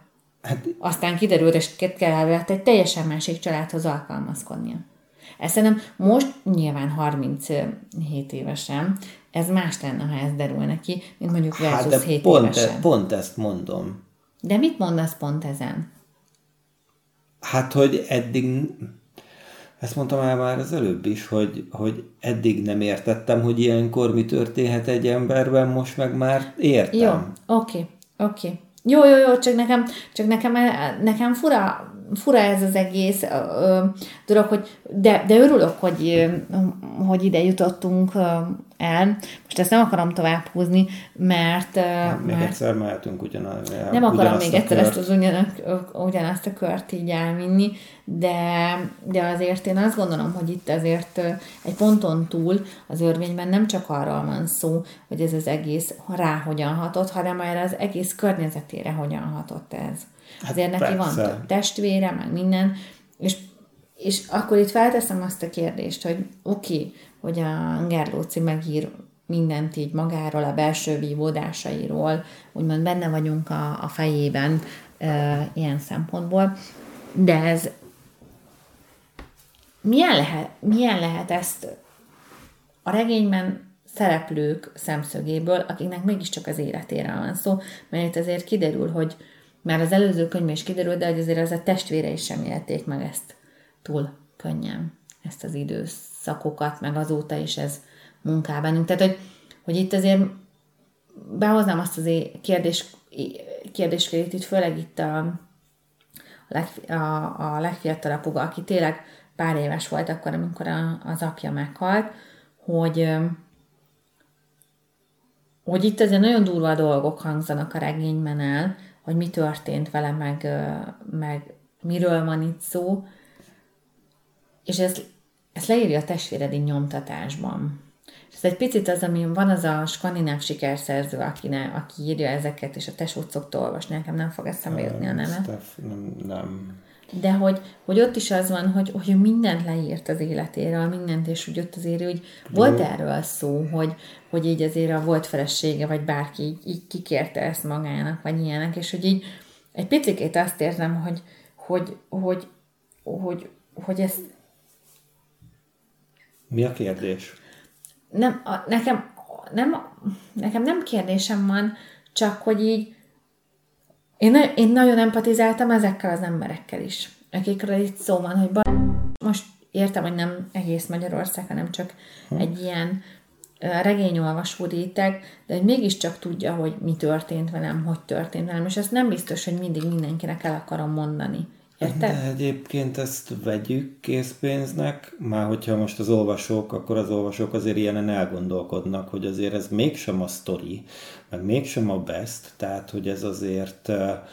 B: Aztán kiderült, és kellett egy teljesen másik családhoz alkalmazkodnia. Ezt szerintem most nyilván 37 évesen, ez más lenne, ha ez derül neki, mint mondjuk versus 7 évesen.
A: Pont ezt mondom.
B: De mit mondasz pont ezen?
A: Hát, hogy eddig, ezt mondtam el már az előbb is, hogy eddig nem értettem, hogy ilyenkor mi történhet egy emberben, most meg már értem.
B: Jó, oké. Jó, csak nekem fura ez az egész dolog, hogy de örülök, hogy ide jutottunk el. Most ezt nem akarom tovább húzni, mert...
A: Még egyszer mehetünk ugyanazt
B: nem akarom még egyszer ezt ugyanazt a kört így elvinni, de azért én azt gondolom, hogy itt azért egy ponton túl az örvényben nem csak arról van szó, hogy ez az egész rá hogyan hatott, hanem erre az egész környezetére hogyan hatott ez. Azért neki van több testvére, meg minden, és akkor itt felteszem azt a kérdést, hogy oké, hogy a Gerlóci megír mindent így magáról, a belső vívódásairól, úgymond benne vagyunk a fejében ilyen szempontból, de ez milyen lehet ezt a regényben szereplők szemszögéből, akiknek mégiscsak az életéről van szó, mert itt azért kiderül, hogy már az előző könyvben is kiderült, de hogy azért az a testvérei sem élték meg ezt túl könnyen, ezt az időszakokat, meg azóta is ez munkában. Tehát, hogy itt azért behoznám azt az kérdéskörét, itt főleg itt a legfiatalabb húga, aki tényleg pár éves volt akkor, amikor az apja meghalt, hogy itt azért nagyon durva dolgok hangzanak a regényben el, hogy mi történt vele, meg miről van itt szó, és ezt leírja a testvéredi nyomtatásban. És ez egy picit az, ami van az a skandináv sikerszerző, aki írja ezeket, és a tesót szokta olvasni, nekem nem fog eszembe jutni a neve.
A: Nem.
B: De hogy ott is az van, hogy mindent leírt az életéről, mindent, és hogy ott azért úgy volt erről szó, hogy így azért a volt felesége, vagy bárki így kikérte ezt magának, vagy ilyenek, és hogy így egy picikét azt érzem, hogy ezt...
A: Mi a kérdés?
B: Nekem nem kérdésem van, csak hogy így én nagyon empatizáltam ezekkel az emberekkel is, akikről itt szó van, hogy most értem, hogy nem egész Magyarország, hanem csak egy ilyen regényolvasó réteg, de hogy mégiscsak tudja, hogy mi történt velem, hogy történt velem, és ezt nem biztos, hogy mindig mindenkinek el akarom mondani. Érted?
A: De egyébként ezt vegyük készpénznek, már hogyha most az olvasók, akkor az olvasók azért ilyenen elgondolkodnak, hogy azért ez mégsem a sztori, meg mégsem a best, tehát hogy ez azért...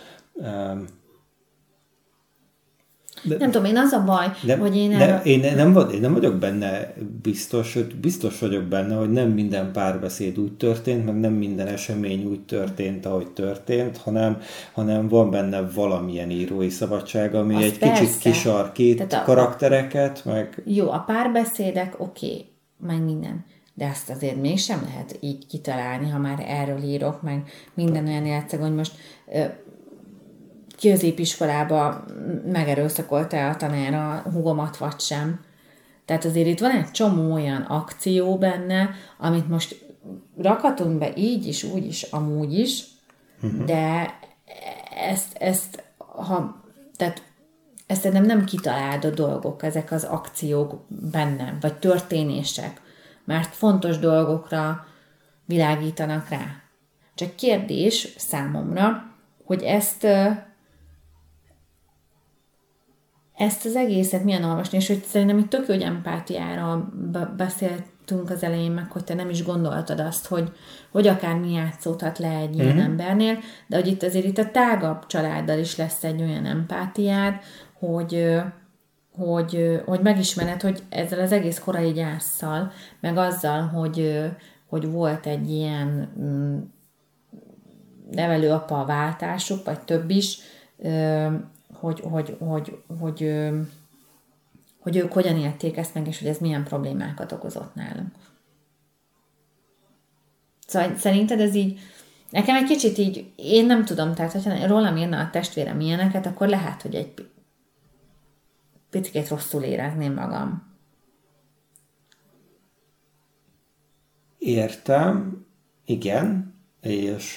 B: nem tudom, én az a baj, hogy
A: én nem vagyok benne biztos, hogy biztos vagyok benne, hogy nem minden párbeszéd úgy történt, meg nem minden esemény úgy történt, ahogy történt, hanem van benne valamilyen írói szabadság, ami azt egy persze. Kicsit kisarkít karaktereket, meg...
B: Jó, a párbeszédek oké, meg minden. De azt azért mégsem lehet így kitalálni, ha már erről írok, meg minden olyan életszeg, hogy most... középiskolába megerőszakolta a tanár a húgomat, vagy sem. Tehát azért itt van egy csomó olyan akció benne, amit most rakhatunk be így is, úgy is, amúgy is, de ezt nem kitalált dolgok, ezek az akciók benne, vagy történések, mert fontos dolgokra világítanak rá. Csak kérdés számomra, hogy ezt az egészet milyen olvasni, és hogy szerintem itt tök jó, hogy empátiára beszéltünk az elején, meg hogy te nem is gondoltad azt, hogy akár mi játszódhat le egy ilyen embernél, de hogy itt azért itt a tágabb családdal is lesz egy olyan empátiád, hogy megismered, hogy ezzel az egész korai gyásszal, meg azzal, hogy volt egy ilyen nevelőapa váltásuk, vagy több is, hogy ők hogyan élték ezt meg, és hogy ez milyen problémákat okozott nálunk. Szóval szerinted ez így Nekem egy kicsit így, én nem tudom, tehát hogyha rólam írna a testvérem ilyeneket, akkor lehet, hogy egy picit rosszul érezném magam.
A: Értem, igen, és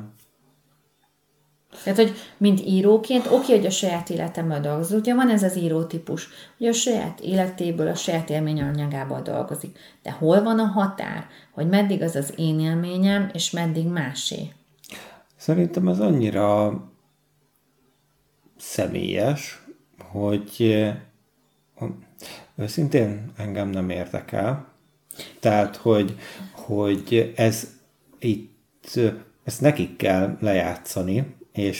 B: Tehát, hogy mint íróként, oké, hogy a saját életemben dolgozik. Ugye van ez az írótípus, hogy a saját életéből, a saját élményanyagából dolgozik. De hol van a határ, hogy meddig az az én élményem, és meddig másé?
A: szerintem ez annyira személyes, hogy őszintén engem nem érdekel. Tehát, hogy ez itt, ezt nekik kell lejátszani, és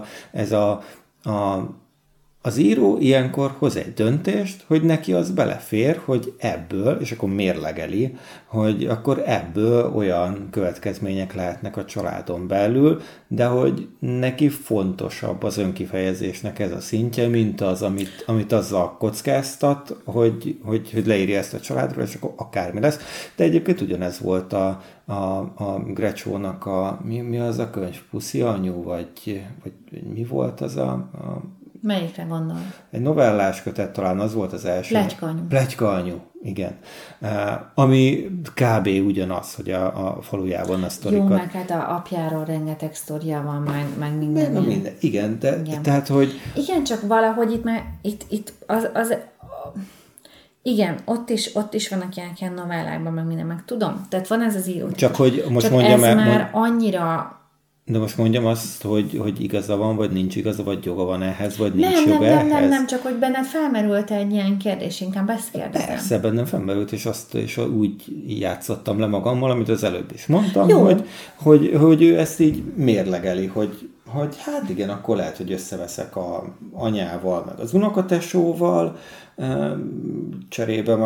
A: az író ilyenkor hoz egy döntést, hogy neki az belefér, hogy ebből, és akkor mérlegeli, hogy akkor ebből olyan következmények lehetnek a családon belül, de hogy neki fontosabb az önkifejezésnek ez a szintje, mint az, amit azzal kockáztat, hogy leírja ezt a családról, és akkor akármi lesz. De egyébként ugyanez volt a Grecsónak mi az a könyv? Puszi anyu? Vagy mi volt az a
B: Melyikre gondol?
A: egy novellás kötet, talán az volt az első.
B: Pletyka-anyu.
A: Pletyka-anyu, igen. Ami kb. Ugyanaz, hogy a falujában a sztorikat.
B: Jó, meg hát a apjáról rengeteg sztoria van, meg minden.
A: Igen, igen. Tehát, hogy...
B: Igen, csak valahogy itt az igen, ott is vannak ilyen novellákban, meg minden, meg tudom. Tehát van ez az író.
A: Csak hogy most
B: csak
A: mondjam
B: ez már annyira...
A: De most mondjam azt, hogy igaza van, vagy nincs igaza, vagy joga van ehhez, vagy nincs joga ehhez?
B: Nem, csak hogy benned felmerült egy ilyen kérdés, inkább ezt kérdezem.
A: Persze, bennem felmerült, és úgy játszottam le magammal, amit az előbb is mondtam, hogy ő ezt így mérlegeli, hogy hát igen, akkor lehet, hogy összeveszek a anyával, meg az unokatesóval, cserébe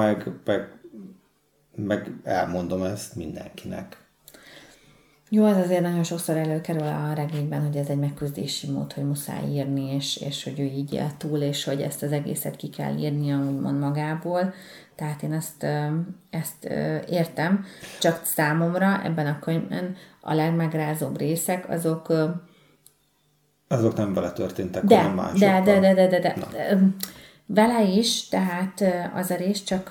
A: meg elmondom ezt mindenkinek.
B: Jó, az azért nagyon sokszor előkerül a regényben, hogy ez egy megküzdési mód, hogy muszáj írni, és hogy ő így él túl, és hogy ezt az egészet ki kell írnia, úgymond magából. Tehát én ezt értem, csak számomra ebben a könyvben a legmegrázóbb részek, azok
A: nem vele történtek, hanem másokkal.
B: De. Vele is, tehát az a rész, csak...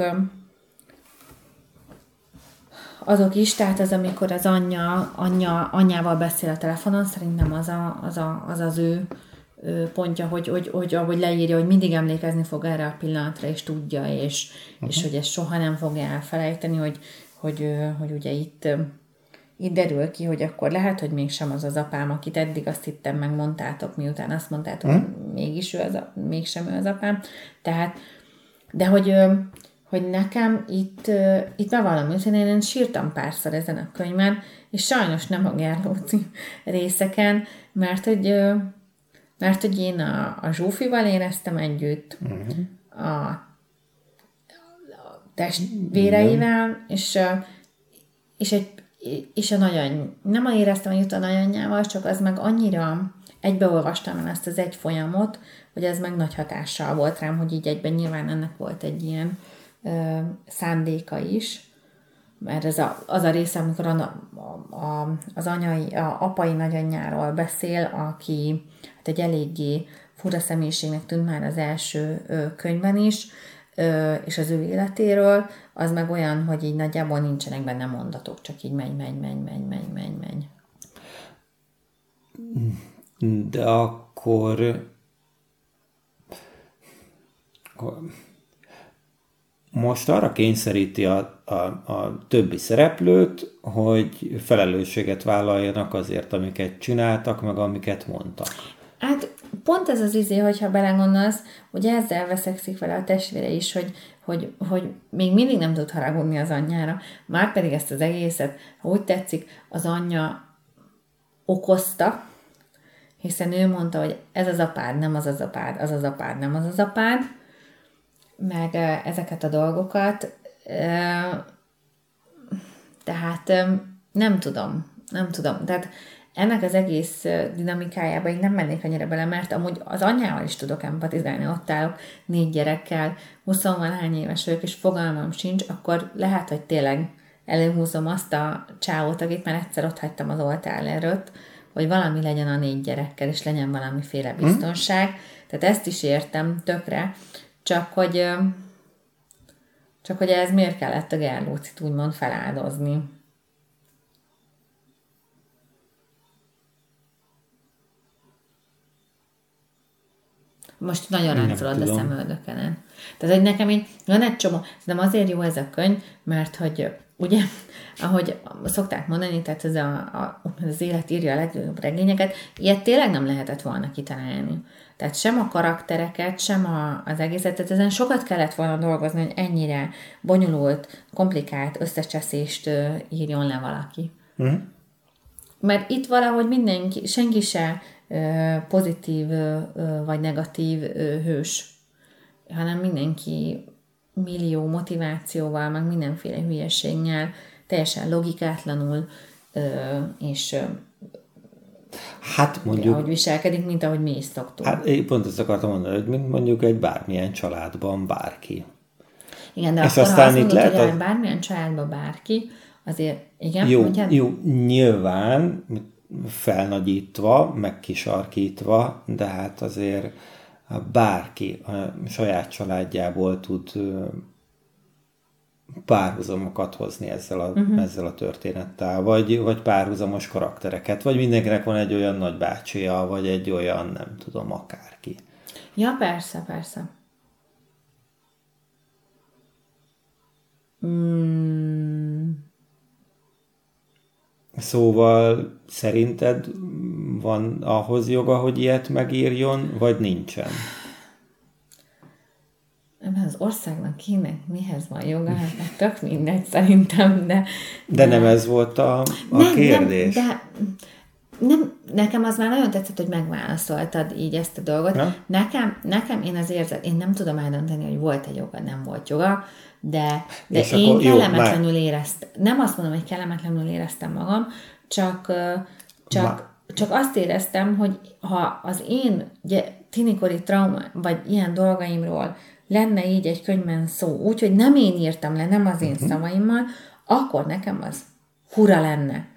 B: azok is, tehát az, amikor az anyjával beszél a telefonon, szerintem az ő pontja, hogy leírja, hogy mindig emlékezni fog erre a pillanatra, és tudja, és hogy ezt soha nem fogja elfelejteni, hogy ugye itt derül ki, hogy akkor lehet, hogy mégsem az az apám, akit eddig azt hittem, megmondtátok, miután azt mondtátok, hogy mégsem ő az apám. Tehát, de hogy nekem itt bevallom őszintén, én sírtam párszor ezen a könyvben, és sajnos nem a Gerlóci részeken, mert hogy én a Zsófival éreztem együtt, a testvéreivel, és a nem éreztem együtt a nagyanyjával, csak az meg annyira egybeolvastam el ezt az egy folyamot, hogy ez meg nagy hatással volt rám, hogy így egyben nyilván ennek volt egy ilyen szándéka is, mert ez az a része, amikor az apai nagyanyjáról beszél, aki hát egy eléggé fura személyiségnek tűnt már az első könyvben is, és az ő életéről, az meg olyan, hogy így nagyjából nincsenek benne mondatok, csak így megy.
A: De akkor most arra kényszeríti a többi szereplőt, hogy felelősséget vállaljanak azért, amiket csináltak, meg amiket mondtak.
B: Hát pont ez az hogyha belegondolsz, hogy ezzel veszekszik vele a testvére is, hogy még mindig nem tud haragudni az anyjára, márpedig ezt az egészet, ha úgy tetszik, az anyja okozta, hiszen ő mondta, hogy ez az apád, nem az az apád, az az apád, nem az az apád, meg ezeket a dolgokat, tehát nem tudom. Tehát ennek az egész dinamikájába én nem mennék annyira bele, mert amúgy az anyjával is tudok empatizálni, ott állok 4 gyerekkel, 20-valahány éves vagyok, és fogalmam sincs, akkor lehet, hogy tényleg előhúzom azt a csávót, akit már egyszer ott hagytam az oltár előtt, hogy valami legyen a 4 gyerekkel, és legyen valamiféle biztonság. Tehát ezt is értem tökre, csak hogy ez miért kellett a Gerlócit úgymond feláldozni. Most nagyon ráncolod a szemöldökenen. Tehát, hogy nekem így van egy csomó, de azért jó ez a könyv, mert hogy ugye, ahogy szokták mondani, tehát ez az élet írja a legjobb regényeket, ilyet tényleg nem lehetett volna kitalálni. Tehát sem a karaktereket, sem az egészet, tehát ezen sokat kellett volna dolgozni, hogy ennyire bonyolult, komplikált összecseszést írjon le valaki. Mert itt valahogy senki se pozitív vagy negatív hős, hanem mindenki millió motivációval, meg mindenféle hülyeséggel, teljesen logikátlanul, és
A: hát mondjuk,
B: ahogy viselkedik, mint ahogy mi is szoktunk.
A: Hát én pont ezt akartam mondani, hogy mint mondjuk egy bármilyen családban bárki.
B: Igen, de és akkor ha azt mondod, hogy bármilyen családban bárki, azért igen,
A: jó, nyilván felnagyítva, meg kisarkítva, de hát azért bárki a saját családjából tud párhuzamokat hozni ezzel a történettel, vagy párhuzamos karaktereket, vagy mindenkinek van egy olyan nagybácsia, vagy egy olyan, nem tudom, akárki.
B: Ja, persze.
A: Szóval szerinted van ahhoz joga, hogy ilyet megírjon, vagy nincsen?
B: Ebben az országnak kinek mihez van joga? Hát tök mindegy szerintem,
A: de nem ez volt a kérdés.
B: Nekem az már nagyon tetszett, hogy megválaszoltad így ezt a dolgot. Ja? Nekem én az én nem tudom eldönteni, hogy volt-e joga, nem volt joga, de én kellemetlenül éreztem. Nem azt mondom, hogy kellemetlenül éreztem magam, csak azt éreztem, hogy ha az én tinikori trauma, vagy ilyen dolgaimról lenne így egy könyvben szó, úgyhogy nem én írtam le, nem az én szavaimmal, akkor nekem az hura lenne.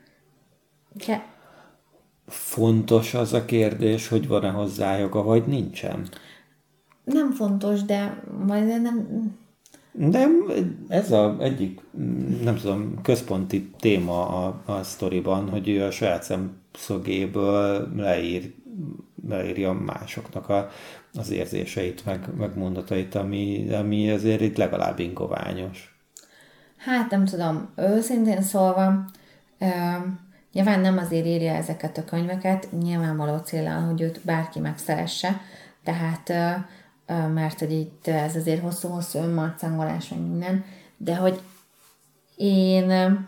A: Fontos az a kérdés, hogy van-e hozzá joga, vagy nincsen?
B: Nem fontos, de majd nem...
A: De ez az egyik, nem tudom, központi téma a sztoriban, hogy ő a saját szemszögéből leírja másoknak az érzéseit, meg mondatait, ami azért itt legalább ingoványos.
B: Hát nem tudom, őszintén szólva, nyilván nem azért írja ezeket a könyveket, nyilvánvaló céllal, hogy őt bárki megszeresse, tehát mert hogy itt ez azért hosszú-hosszú önmarcangolás, meg minden, de hogy én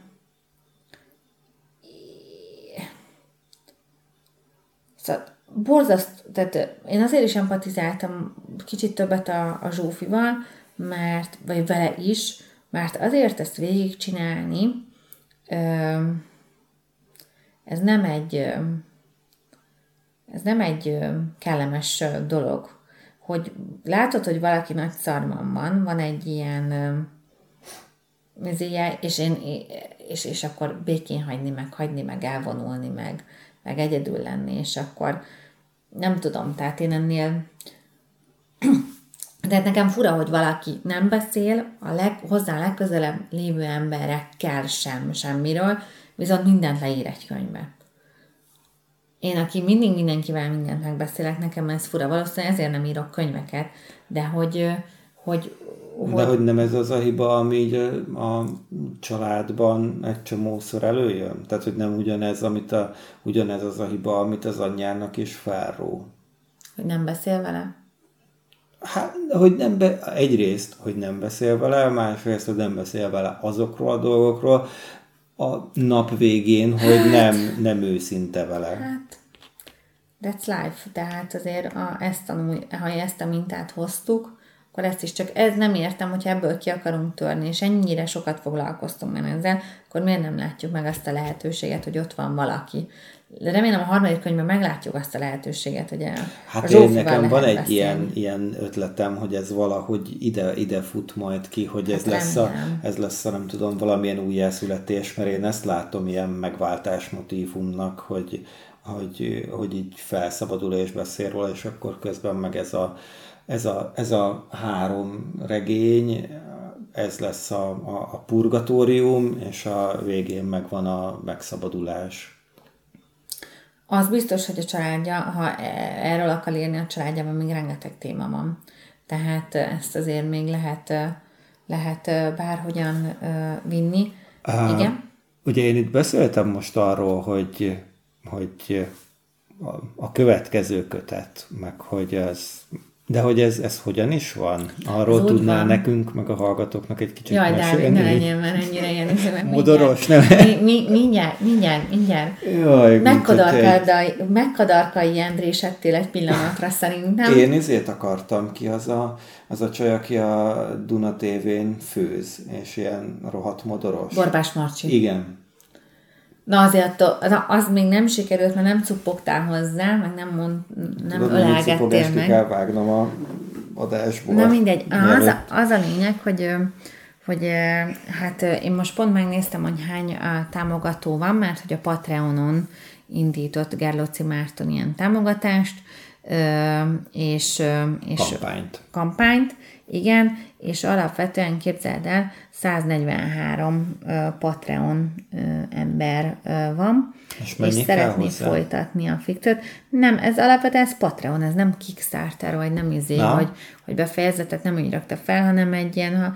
B: szóval tehát én azért is empatizáltam kicsit többet a Zsófival, vagy vele is, mert azért ezt végigcsinálni, ez nem egy kellemes dolog. Hogy látod, hogy valaki nagy szarman van egy ilyen mizéje, és akkor békén hagyni meg, elvonulni meg egyedül lenni, és akkor nem tudom, tehát én ennél de nekem fura, hogy valaki nem beszél hozzá legközelebb lévő emberekkel semmiről, viszont mindent leír egy könyvbe. Én, aki mindig mindenkivel mindent megbeszélek, nekem ez fura. Valószínűleg ezért nem írok könyveket, de hogy
A: nem ez az a hiba, ami így a családban egy csomószor előjön? Tehát, hogy nem ugyanez az a hiba, amit az anyjának is felró.
B: Hogy nem beszél vele?
A: Hát, egyrészt, hogy nem beszél vele, másrészt, hogy nem beszél vele azokról a dolgokról, a nap végén, hogy nem őszinte vele.
B: Hát, that's life. Tehát azért ha ezt a mintát hoztuk, akkor ezt is csak ez nem értem, hogyha ebből ki akarunk törni, és ennyire sokat foglalkoztunk már ezzel, akkor miért nem látjuk meg azt a lehetőséget, hogy ott van valaki. Remélem a harmadik könyvben meglátjuk azt a lehetőséget, hogy
A: hát én nekem van egy ilyen ötletem, hogy ez valahogy ide fut majd ki, hogy ez lesz a nem tudom, valamilyen újjászületés, mert én ezt látom ilyen megváltás motívumnak, hogy így felszabadul és beszél róla, és akkor közben meg ez a 3 regény, ez lesz a purgatórium, és a végén meg van a megszabadulás.
B: Az biztos, hogy a családja, ha erről akar írni a családjában, még rengeteg téma van. Tehát ezt azért még lehet bárhogyan vinni. Igen?
A: Ugye én itt beszéltem most arról, hogy a következő kötet, meg hogy de hogy ez hogyan is van? Arról tudnál van nekünk, meg a hallgatóknak egy kicsit
B: mesélni? Jaj, Dávid, ne legyen már ennyire ilyen
A: modoros, nem?
B: Mindjárt.
A: Jaj,
B: Megkadarkai Andrés ettél egy pillanatra szerintem.
A: Én akartam ki, az a csaj, aki a Duna TV-n főz, és ilyen rohadt modoros.
B: Borbás Marcsi.
A: Igen.
B: Na azért az még nem sikerült, mert nem cuppogtál hozzá, meg nem ölelgettél meg.
A: Kell vágnom a adásból.
B: Na mindegy. Az a lényeg, hogy hát én most pont megnéztem, hogy hány támogató van, mert hogy a Patreonon indított Gerlóci Márton ilyen támogatást, és kampányt, igen, és alapvetően képzeld el, 143 Patreon ember van, és szeretné folytatni a fikciót. Nem, ez alapvetően ez Patreon, ez nem Kickstarter, vagy nem hogy befejezetet nem úgy rakta fel, hanem egy ilyen,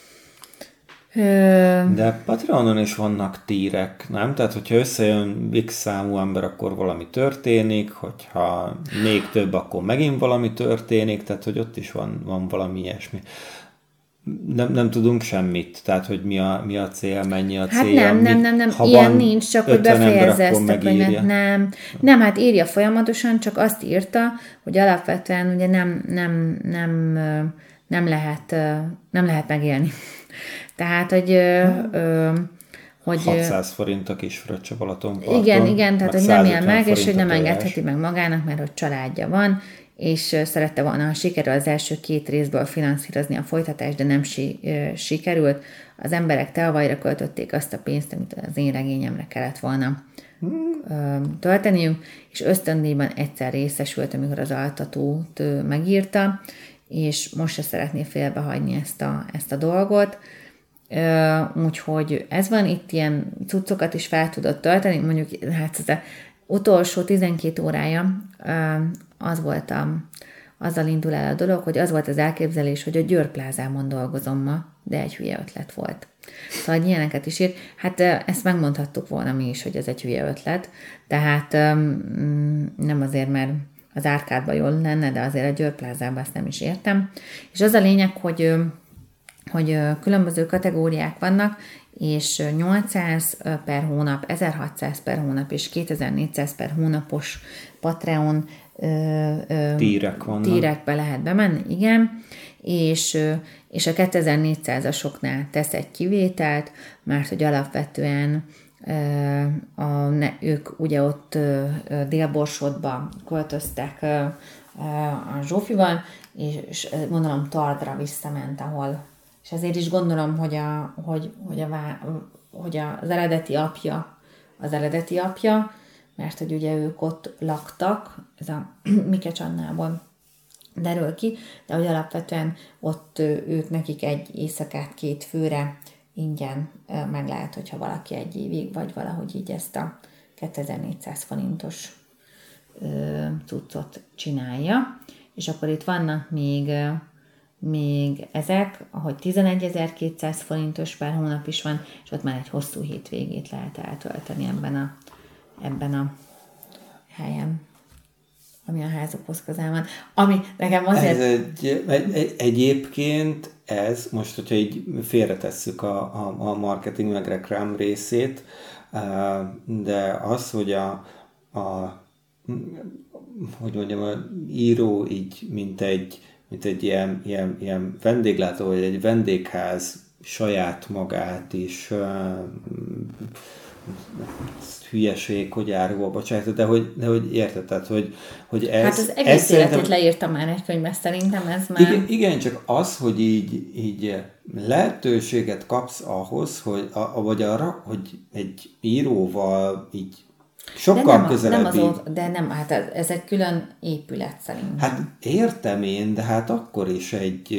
A: De Patreonon is vannak tírek, nem? Tehát, hogyha összejön X számú ember, akkor valami történik, hogyha még több, akkor megint valami történik, tehát, hogy ott is van valami ilyesmi. Nem tudunk semmit, tehát, hogy mi a cél, mennyi a cél.
B: Hát nem, ilyen nincs, csak hogy befejezze ezt a könyvet. Nem, hát írja folyamatosan, csak azt írta, hogy alapvetően ugye nem lehet megélni. Tehát, hogy
A: 600 forint a kis fröccse Balatonparton.
B: Igen, tehát, hogy nem él meg, és hogy nem engedheti meg magának, mert hogy családja van, és szerette volna, ha sikerül az első 2 részből finanszírozni a folytatást, de nem sikerült. Az emberek teavajra költötték azt a pénzt, amit az én regényemre kellett volna tölteniük, és ösztöndíjban egyszer részesült, amikor az altatót megírta, és most se szeretné félbehagyni ezt a dolgot. Úgyhogy ez van, itt ilyen cuccokat is fel tudott tölteni, mondjuk hát az utolsó 12 órája azzal indul el a dolog, hogy az volt az elképzelés, hogy a Győr Plázámon dolgozom ma, de egy hülye ötlet volt. Szóval ilyeneket is írt. Hát ezt megmondhattuk volna mi is, hogy ez egy hülye ötlet, tehát nem azért, mert az Árkádban jól lenne, de azért a Győr Plázában ezt nem is értem. És az a lényeg, hogy különböző kategóriák vannak, és 800 per hónap, 1600 per hónap és 2400 per hónapos Patreon tírekbe lehet bemenni, igen, és a 2400-asoknál tesz egy kivételt, mert hogy alapvetően ők ugye ott Délborsodba költöztek a Zsófival, és gondolom Tardra visszament, ahol, és ezért is gondolom, hogy az eredeti apja, mert hogy ugye ők ott laktak, ez a Mikes Annából derül ki, de hogy alapvetően ott ők nekik egy éjszakát 2 főre ingyen meg lehet, hogyha valaki egy évig, vagy valahogy így ezt a 2400 forintos cuccot csinálja. És akkor itt vannak még ezek, ahogy 11.200 forintos per hónap is van, és ott már egy hosszú hétvégét lehet eltölteni ebben a helyen, ami a házakhoz közel van. Ami nekem azért...
A: Egyébként ez, most, hogyha így félretesszük a marketing meg reklám részét, de az, hogy hogy mondjam, a író így, mint egy mint egy ilyen vendéglátó, vagy egy vendégház saját magát is hülyeség, hogy áruba bocsájtó, de hogy érted, tehát, hogy ez...
B: Hát az egész életét leírtam már egy könyvben, szerintem ez már...
A: Igen, csak az, hogy így lehetőséget kapsz ahhoz, hogy, vagy arra, hogy egy íróval így sokkal közelebbi...
B: De nem, hát ez egy külön épület szerintem.
A: Hát értem én, de hát akkor is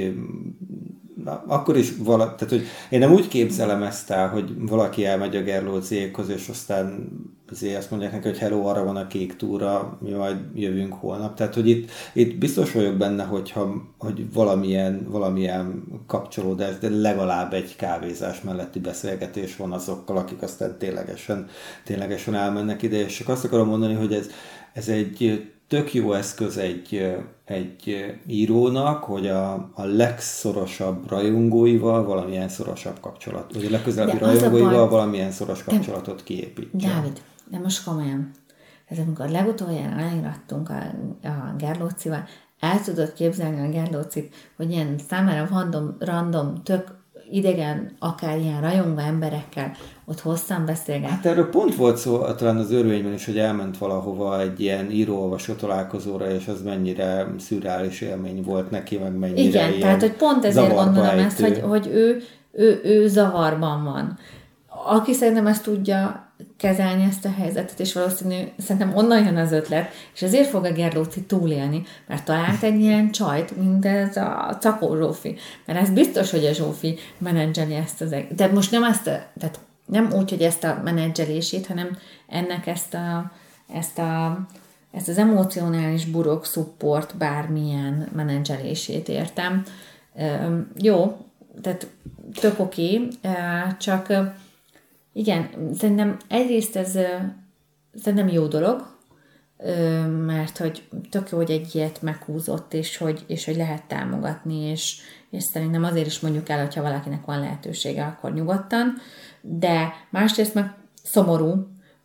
A: tehát, hogy én nem úgy képzelem ezt el, hogy valaki elmegy a Gerlóciékhoz, és aztán azért azt mondják neki, hogy hello, arra van a kék túra, mi majd jövünk holnap. Tehát, hogy itt biztos vagyok benne, hogy valamilyen kapcsolódás, de legalább egy kávézás melletti beszélgetés van azokkal, akik aztán ténylegesen elmennek ide, és csak azt akarom mondani, hogy ez egy tök jó eszköz egy írónak, hogy a legszorosabb rajongóival valamilyen szorosabb kapcsolat, vagy a legközelebbi rajongóival valamilyen szoros kapcsolatot kiépítse.
B: Dávid, de most komolyan. Ez amikor legutoljára aláírattunk a Gerlócival, el tudod képzelni a Gerlócit, hogy ilyen számára random, tök idegen, akár ilyen rajongó emberekkel ott hosszan beszélget.
A: Hát erről pont volt szó talán az Örvényben is, hogy elment valahova egy ilyen író-olvasó találkozóra, és az mennyire szürreális élmény volt neki, meg mennyire
B: igen, tehát hogy pont ezért gondolom ezt, hogy ő zavarban van. Aki szerintem ezt tudja kezelni ezt a helyzetet, és valószínű, szerintem onnan jön az ötlet, és ezért fog a Gerlóci túlélni, mert talált egy ilyen csajt, mint ez a Cakó Zsófi. Mert ez biztos, hogy a Zsófi menedzseli ezt az egész. Tehát most tehát nem úgy, hogy ezt a menedzselését, hanem ennek ezt az emocionális burok support bármilyen menedzselését értem. Jó, tehát tök oké, csak igen, szerintem egyrészt ez szerintem jó dolog, mert hogy tök jó, hogy egy ilyet meghúzott, és hogy lehet támogatni, és szerintem azért is mondjuk el, hogyha valakinek van lehetősége, akkor nyugodtan, de másrészt meg szomorú,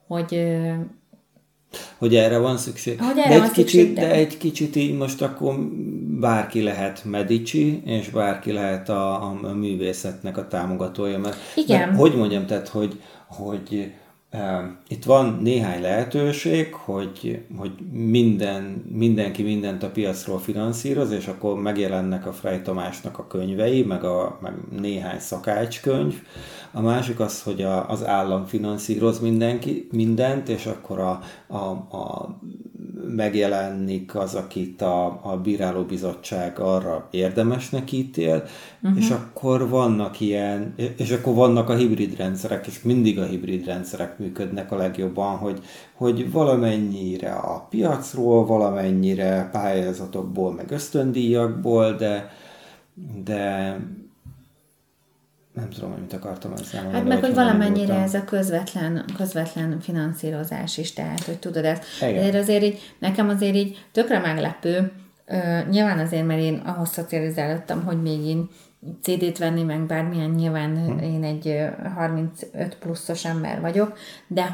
B: hogy
A: erre van szükség. De egy kicsit így most akkor bárki lehet Medici, és bárki lehet a művészetnek a támogatója. Mert hogy mondjam, tehát, hogy itt van néhány lehetőség, hogy mindenki mindent a piacról finanszíroz, és akkor megjelennek a Frey Tamásnak a könyvei, meg néhány szakácskönyv. A másik az, hogy az állam finanszíroz mindent, és akkor megjelenik az, akit a bírálóbizottság arra érdemesnek ítél, és akkor vannak a hibrid rendszerek, és mindig a hibrid rendszerek működnek a legjobban, hogy valamennyire a piacról, valamennyire pályázatokból, meg ösztöndíjakból, de nem tudom, hogy mit akartam ezzel mondani.
B: Hát meg, hogy valamennyire ez a közvetlen finanszírozás is, tehát, hogy tudod ezt. Nekem azért így tökre meglepő, nyilván azért, mert én ahhoz szocializálódtam, hogy még én CD-t venni, meg bármilyen, nyilván én egy 35 pluszos ember vagyok, de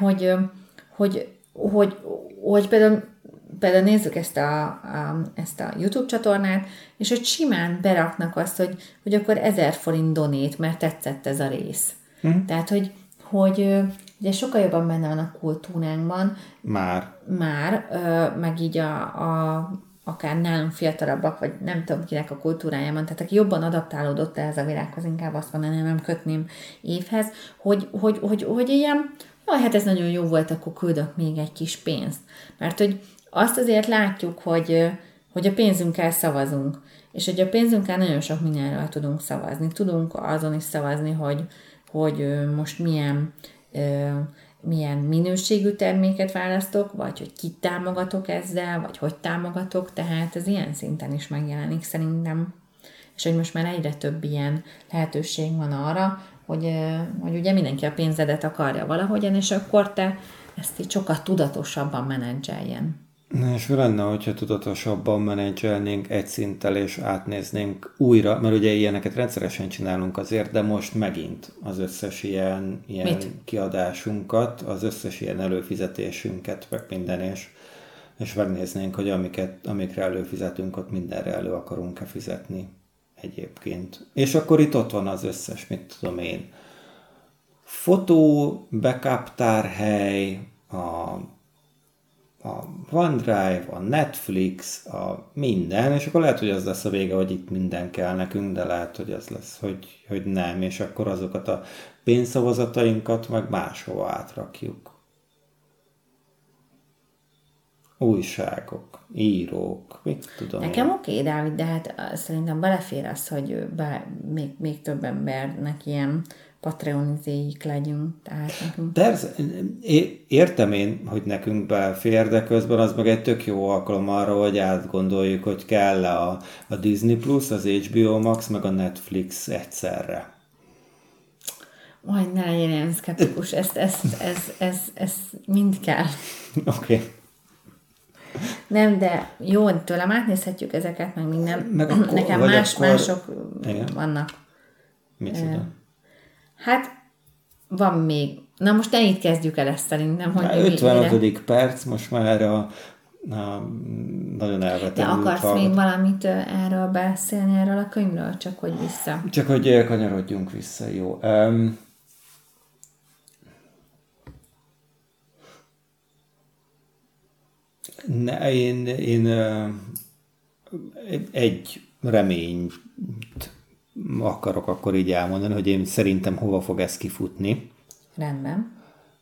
B: hogy például nézzük ezt a YouTube csatornát, és hogy simán beraknak azt, hogy akkor 1000 forint donét, mert tetszett ez a rész. Tehát, hogy ugye sokkal jobban benne van a kultúránkban. Már, meg így akár nálunk fiatalabbak, vagy nem tudom kinek a kultúrájában, tehát aki jobban adaptálódott ehhez a világhoz, inkább azt mondanám, nem kötném évhez, hogy ilyen, hát ez nagyon jó volt, akkor küldök még egy kis pénzt. Mert hogy azt azért látjuk, hogy a pénzünkkel szavazunk, és hogy a pénzünkkel nagyon sok mindenről tudunk szavazni. Tudunk azon is szavazni, hogy most milyen minőségű terméket választok, vagy hogy kit támogatok ezzel, vagy hogy támogatok, tehát ez ilyen szinten is megjelenik szerintem. És hogy most már egyre több ilyen lehetőség van arra, hogy ugye mindenki a pénzedet akarja valahogyan, és akkor te ezt így sokkal tudatosabban menedzseljen.
A: És mi lenne, hogyha tudatosabban menedzselnénk egy szinttel, és átnéznénk újra, mert ugye ilyeneket rendszeresen csinálunk azért, de most megint az összes ilyen kiadásunkat, az összes ilyen előfizetésünket, meg minden, és és megnéznénk, hogy amikre előfizetünk, ott mindenre elő akarunk-e fizetni egyébként. És akkor itt ott van az összes, mit tudom én, fotó, backup tárhely, a OneDrive, a Netflix, a minden, és akkor lehet, hogy az lesz a vége, hogy itt minden kell nekünk, de lehet, hogy az lesz, hogy nem, és akkor azokat a pénzszavazatainkat meg máshova átrakjuk. Újságok, írók, mit tudom
B: Nekem
A: én.
B: oké, Dávid, de hát szerintem belefér az, hogy még több embernek ilyen patreonizéik legyünk. Tehát nekünk...
A: Értem én, hogy nekünk belefér, de közben az meg egy tök jó alkalom arra, hogy átgondoljuk, hogy kell a Disney Plus, az HBO Max, meg a Netflix egyszerre.
B: Majd ne legyen ilyen szkeptikus, ez mind kell.
A: Oké. Okay.
B: Nem, de jó, tőlem átnézhetjük ezeket, meg minden.
A: Meg akkor,
B: nekem mások igen. Vannak.
A: Micsoda?
B: Hát, van még. Na most ne itt kezdjük el ezt szerintem. Hogy
A: 55. perc, most már erre a nagyon elvetemült.
B: De akarsz még valamit erről beszélni, erről a könyvről? Csak hogy vissza.
A: Csak hogy kanyarodjunk vissza, jó. Én egy reményt akarok akkor így elmondani, hogy én szerintem hova fog ez kifutni.
B: Rendben.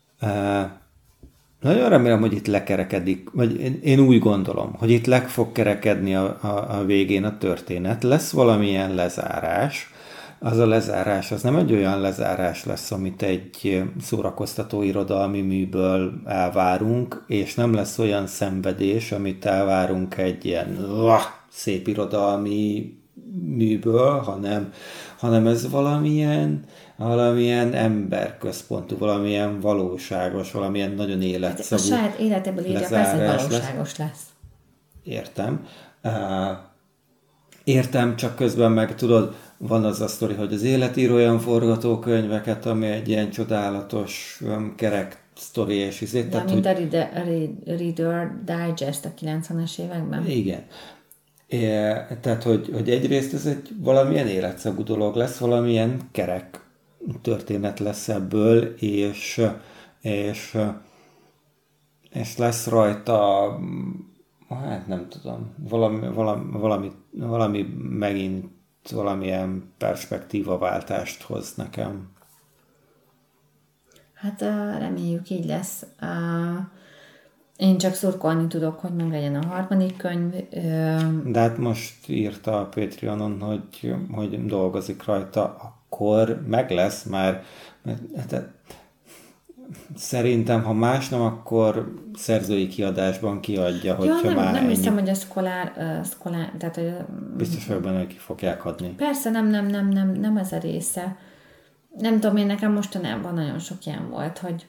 A: Nagyon remélem, hogy itt lekerekedik, vagy én úgy gondolom, hogy itt le fog kerekedni a végén a történet. Lesz valamilyen lezárás. Az a lezárás, az nem egy olyan lezárás lesz, amit egy szórakoztató irodalmi műből elvárunk, és nem lesz olyan szenvedés, amit elvárunk egy ilyen szép irodalmi műből, hanem ez valamilyen emberközpontú, valamilyen valóságos, valamilyen nagyon életszagú.
B: A saját életéből írja, persze, hogy valóságos lesz.
A: Értem. Értem, csak közben meg tudod, van az a sztori, hogy az élet ír olyan forgatókönyveket, ami egy ilyen csodálatos kerek sztori és izét.
B: De mint hogy... a Reader Digest a 90-es években.
A: Igen. Tehát, hogy egyrészt ez egy valamilyen életszagú dolog lesz, valamilyen kerek történet lesz ebből, és lesz rajta, hát nem tudom, valami megint valamilyen perspektívaváltást hoz nekem.
B: Hát reméljük így lesz. Én csak szurkolni tudok, hogy meg legyen a harmadik könyv.
A: De hát most írta a Patreonon, hogy dolgozik rajta, akkor meg lesz már. Szerintem, ha más nem, akkor szerzői kiadásban kiadja, hogyha már
B: nem hiszem, hogy a szkolár tehát, hogy...
A: Biztos vagyok benne, hogy ki fogják adni.
B: Persze, nem ez a része. Nem tudom, én nekem mostanában nagyon sok ilyen volt, hogy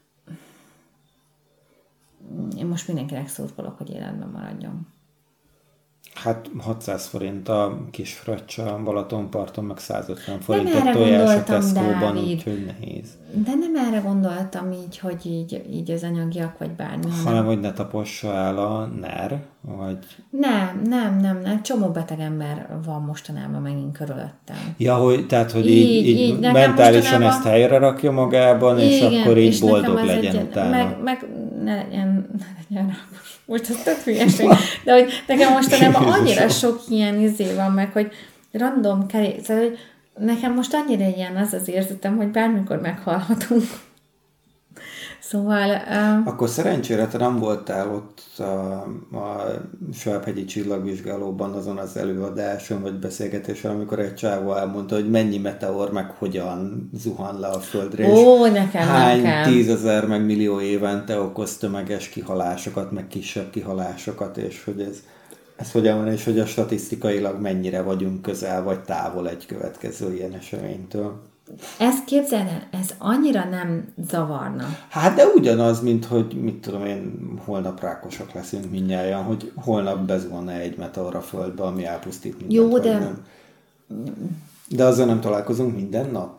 B: én most mindenkinek szurkolok, hogy életben maradjon.
A: Hát 600 forint a kis fröccse a Balatonparton, meg 150 forint a tojás a Tesco-ban, úgyhogy nehéz. De
B: nem erre gondoltam így, hogy így az anyagiak, vagy bármi.
A: Hanem, hogy ne tapossa el a NER, vagy...
B: Nem. Csomó beteg ember van mostanában megint körülöttem.
A: Ja, tehát, hogy így mentálisan ezt helyre rakja magában, és igen, akkor így és boldog legyen utána.
B: Meg ne legyen rákos. Most az tök hülyeség. De hogy nekem mostanában annyira sok ilyen van meg, hogy random szóval, hogy nekem most annyira ilyen az érzetem, hogy bármikor meghalhatunk. Szóval...
A: Akkor szerencsére te nem voltál ott a Svábhegyi Csillagvizsgálóban azon az előadáson vagy beszélgetésen, amikor egy csávó elmondta, hogy mennyi meteor meg hogyan zuhan le a Földre,
B: nekem
A: hány 10 000 meg millió évente okoz tömeges kihalásokat, meg kisebb kihalásokat, és hogy ez hogyan van, és hogy a statisztikailag mennyire vagyunk közel vagy távol egy következő ilyen eseménytől.
B: Ezt képzeld el, ez annyira nem zavarna.
A: Hát de ugyanaz, mint hogy mit tudom én, holnap rákosak leszünk mindnyájan, hogy holnap bezuhanna egy meteor a Földbe, ami elpusztít mindent.
B: Jó, de...
A: Nem. De azzal nem találkozunk minden nap?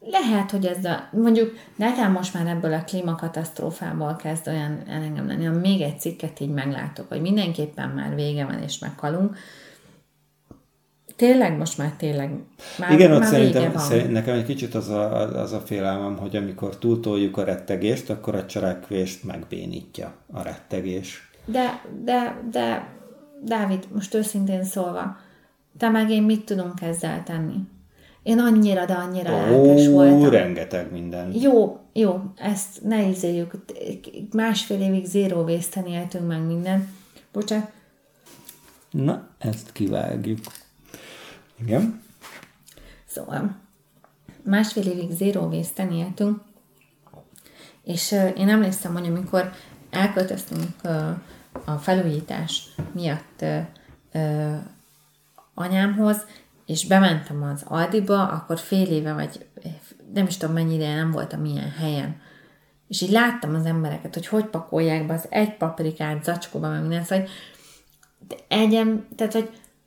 B: lehet, hogy mondjuk nekem most már ebből a klímakatasztrófából kezd olyan elengem lenni, ha még egy cikket így meglátok, hogy mindenképpen már vége van, és meghalunk. Tényleg most már
A: igen, ott szerintem nekem egy kicsit az a félelmem, hogy amikor túltoljuk a rettegést, akkor a cselekvést megbénítja a rettegés.
B: De Dávid, most őszintén szólva, te meg én mit tudunk ezzel tenni? Én annyira lelkes voltam.
A: Rengeteg minden.
B: Jó, ezt ne izéljük. 1,5 évig zero waste-en éltünk meg minden. Bocsánat.
A: Na, ezt kivágjuk. Igen.
B: Szóval 1,5 évig zero waste-en éltünk, és én emlékszem, hogy amikor elköltöztünk a felújítás miatt anyámhoz, és bementem az Aldiba, akkor fél éve, vagy nem is tudom mennyi ideje nem voltam ilyen helyen. És így láttam az embereket, hogy pakolják be az egy paprikát zacskóba, meg minden, szóval, tehát, hogy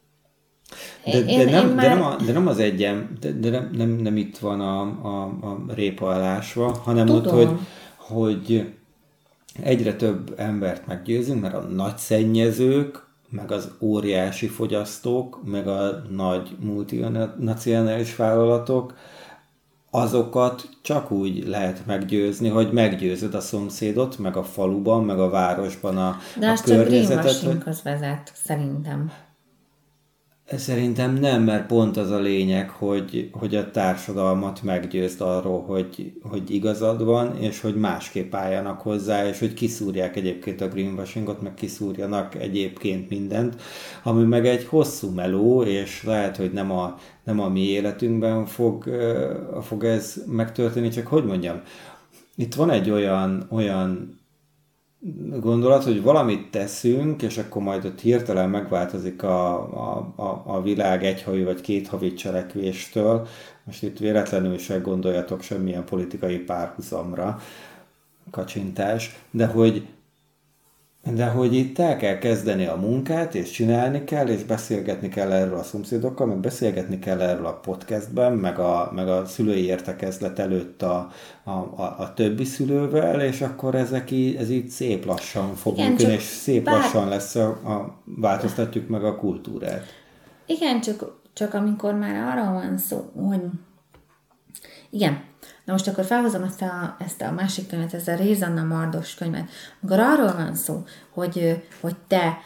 A: de nem az egyem, de nem itt van a répa elásva, hanem
B: tudom.
A: ott, hogy egyre több embert meggyőzünk, mert a nagy szennyezők, meg az óriási fogyasztók, meg a nagy multinacionális vállalatok, azokat csak úgy lehet meggyőzni, hogy meggyőzöd a szomszédot, meg a faluban, meg a városban a
B: de az
A: környezetet.
B: De az csak greenwashinghoz vezet, szerintem.
A: Szerintem nem, mert pont az a lényeg, hogy a társadalmat meggyőzd arról, hogy igazad van, és hogy másképp álljanak hozzá, és hogy kiszúrják egyébként a greenwashingot, meg kiszúrjanak egyébként mindent, ami meg egy hosszú meló, és lehet, hogy nem a mi életünkben fog ez megtörténni, csak hogy mondjam, itt van egy olyan gondolat, hogy valamit teszünk, és akkor majd ott hirtelen megváltozik a világ egy havi vagy 2 havi cselekvéstől. Most itt véletlenül se gondoljatok semmilyen politikai párhuzamra, kacsintás, de hogy itt el kell kezdeni a munkát, és csinálni kell, és beszélgetni kell erről a szomszédokkal, meg beszélgetni kell erről a podcastben, meg a szülői értekezlet előtt a többi szülővel, és akkor ez így szép lassan fog működni, és szép lassan lesz változtatjuk meg a kultúrát.
B: Igen, csak amikor már arra van szó, hogy igen, na most akkor felhozom ezt a másik könyvet, ez a Rézanna Mardos könyvet. Amikor arról van szó, hogy te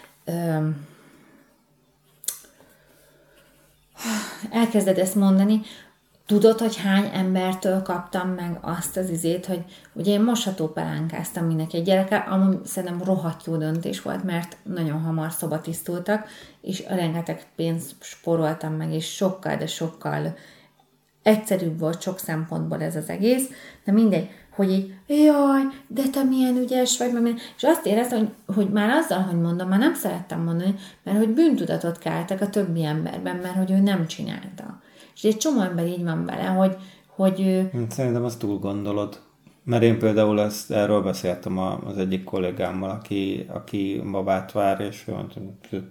B: elkezded ezt mondani, tudod, hogy hány embertől kaptam meg azt az izét, hogy ugye én moshatópelánkáztam mindenki egy gyerekkel, ami szerintem rohadt jó döntés volt, mert nagyon hamar szobatisztultak, és rengeteg pénzt spóroltam meg, és sokkal, de sokkal egyszerűbb volt sok szempontból ez az egész, de mindegy, hogy így, jaj, de te milyen ügyes vagy, és azt éreztem, hogy már azzal, hogy mondom, már nem szerettem mondani, mert hogy bűntudatot keltek a többi emberben, mert hogy ő nem csinálta. És egy csomó ember így van vele, hogy
A: Szerintem azt túl gondolod. Mert én például erről beszéltem az egyik kollégámmal, aki babát vár, és ő mondta,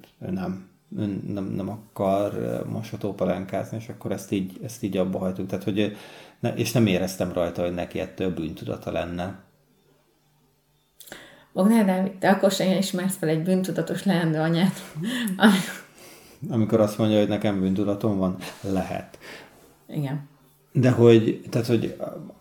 A: nem akar moshatópalánkázni, és akkor ezt így abba hagytuk. Tehát, hogy és nem éreztem rajta, hogy neki ettől bűntudata lenne.
B: Bognár Dávid, te akkor sem ismersz fel egy bűntudatos leendő anyát.
A: Amikor azt mondja, hogy nekem bűntudatom van, lehet.
B: Igen.
A: De tehát, hogy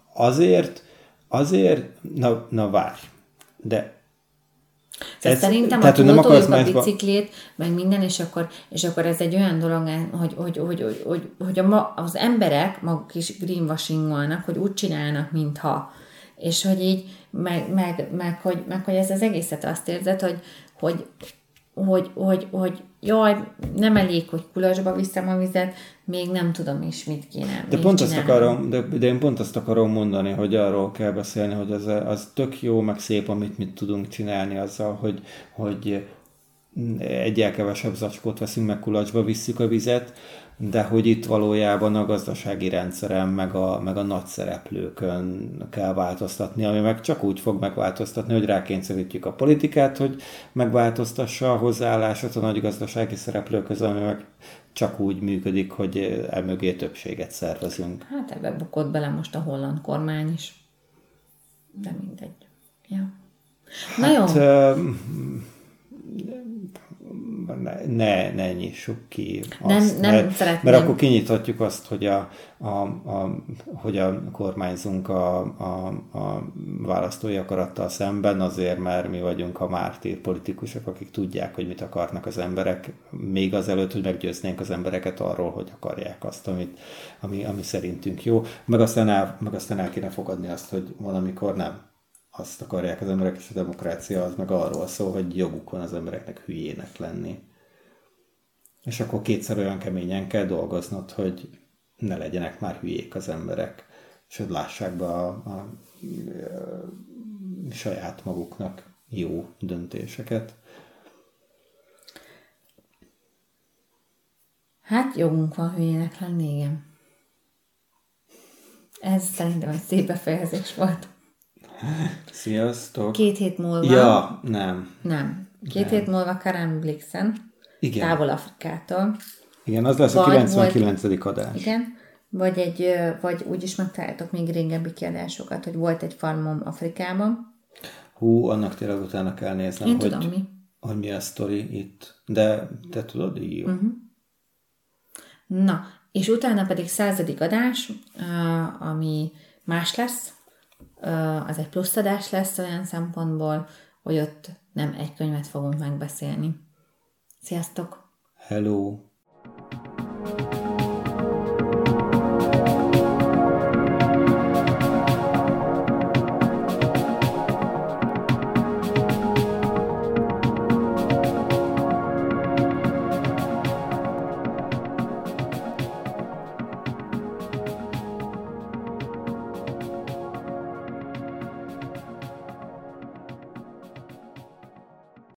A: azért, na várj, de
B: szerintem a túltoljuk a biciklét, meg minden, és akkor ez egy olyan dolog, hogy az emberek maguk is greenwashingolnak, hogy úgy csinálnak, mintha. És hogy így, hogy ez az egészet azt érzed, hogy jaj, nem elég, hogy kulacsba viszem a vizet, még nem tudom is, mit kéne.
A: De én pont azt akarom mondani, hogy arról kell beszélni, hogy az tök jó, meg szép, amit mit tudunk csinálni azzal, hogy egyel kevesebb zacskót veszünk, meg kulacsba visszük a vizet, de hogy itt valójában a gazdasági rendszeren, meg a nagy szereplőkön kell változtatni, ami meg csak úgy fog megváltoztatni, hogy rákényszerítjük a politikát, hogy megváltoztassa a hozzáállását a nagy gazdasági szereplőkhöz, ami meg csak úgy működik, hogy emögé többséget szervezünk.
B: Hát ebbe bukott bele most a holland kormány is. De mindegy. Ja. Na jó.
A: Ne nyissuk ki azt,
B: nem
A: mert akkor kinyithatjuk azt, hogyan kormányzunk a választói akarattal szemben, azért mert mi vagyunk a mártír politikusok, akik tudják, hogy mit akarnak az emberek, még azelőtt, hogy meggyőznénk az embereket arról, hogy akarják azt, ami szerintünk jó. Meg aztán el kéne fogadni azt, hogy valamikor nem azt akarják az emberek, és a demokrácia az meg arról szól, hogy joguk van az embereknek hülyének lenni. És akkor kétszer olyan keményen kell dolgoznod, hogy ne legyenek már hülyék az emberek, és hogy lássák be a saját maguknak jó döntéseket.
B: Hát jogunk van hülyének lenni, igen. Ez szerintem egy szép befejezés volt.
A: Sziasztok!
B: 2 hét múlva...
A: Ja, nem.
B: 2 hét múlva Karen Blixen, távol Afrikától.
A: Igen, az lesz a 99. adás.
B: Igen, vagy úgy is megtaláltok még régebbi kiadásokat, hogy volt egy farmom Afrikában.
A: Annak tényleg utána kell néznem,
B: én tudom,
A: hogy mi a sztori itt. De te tudod, jó.
B: Uh-huh. Na, és utána pedig 100. adás, ami más lesz, az egy plusz adás lesz olyan szempontból, hogy ott nem egy könyvet fogunk megbeszélni. Sziasztok!
A: Hello!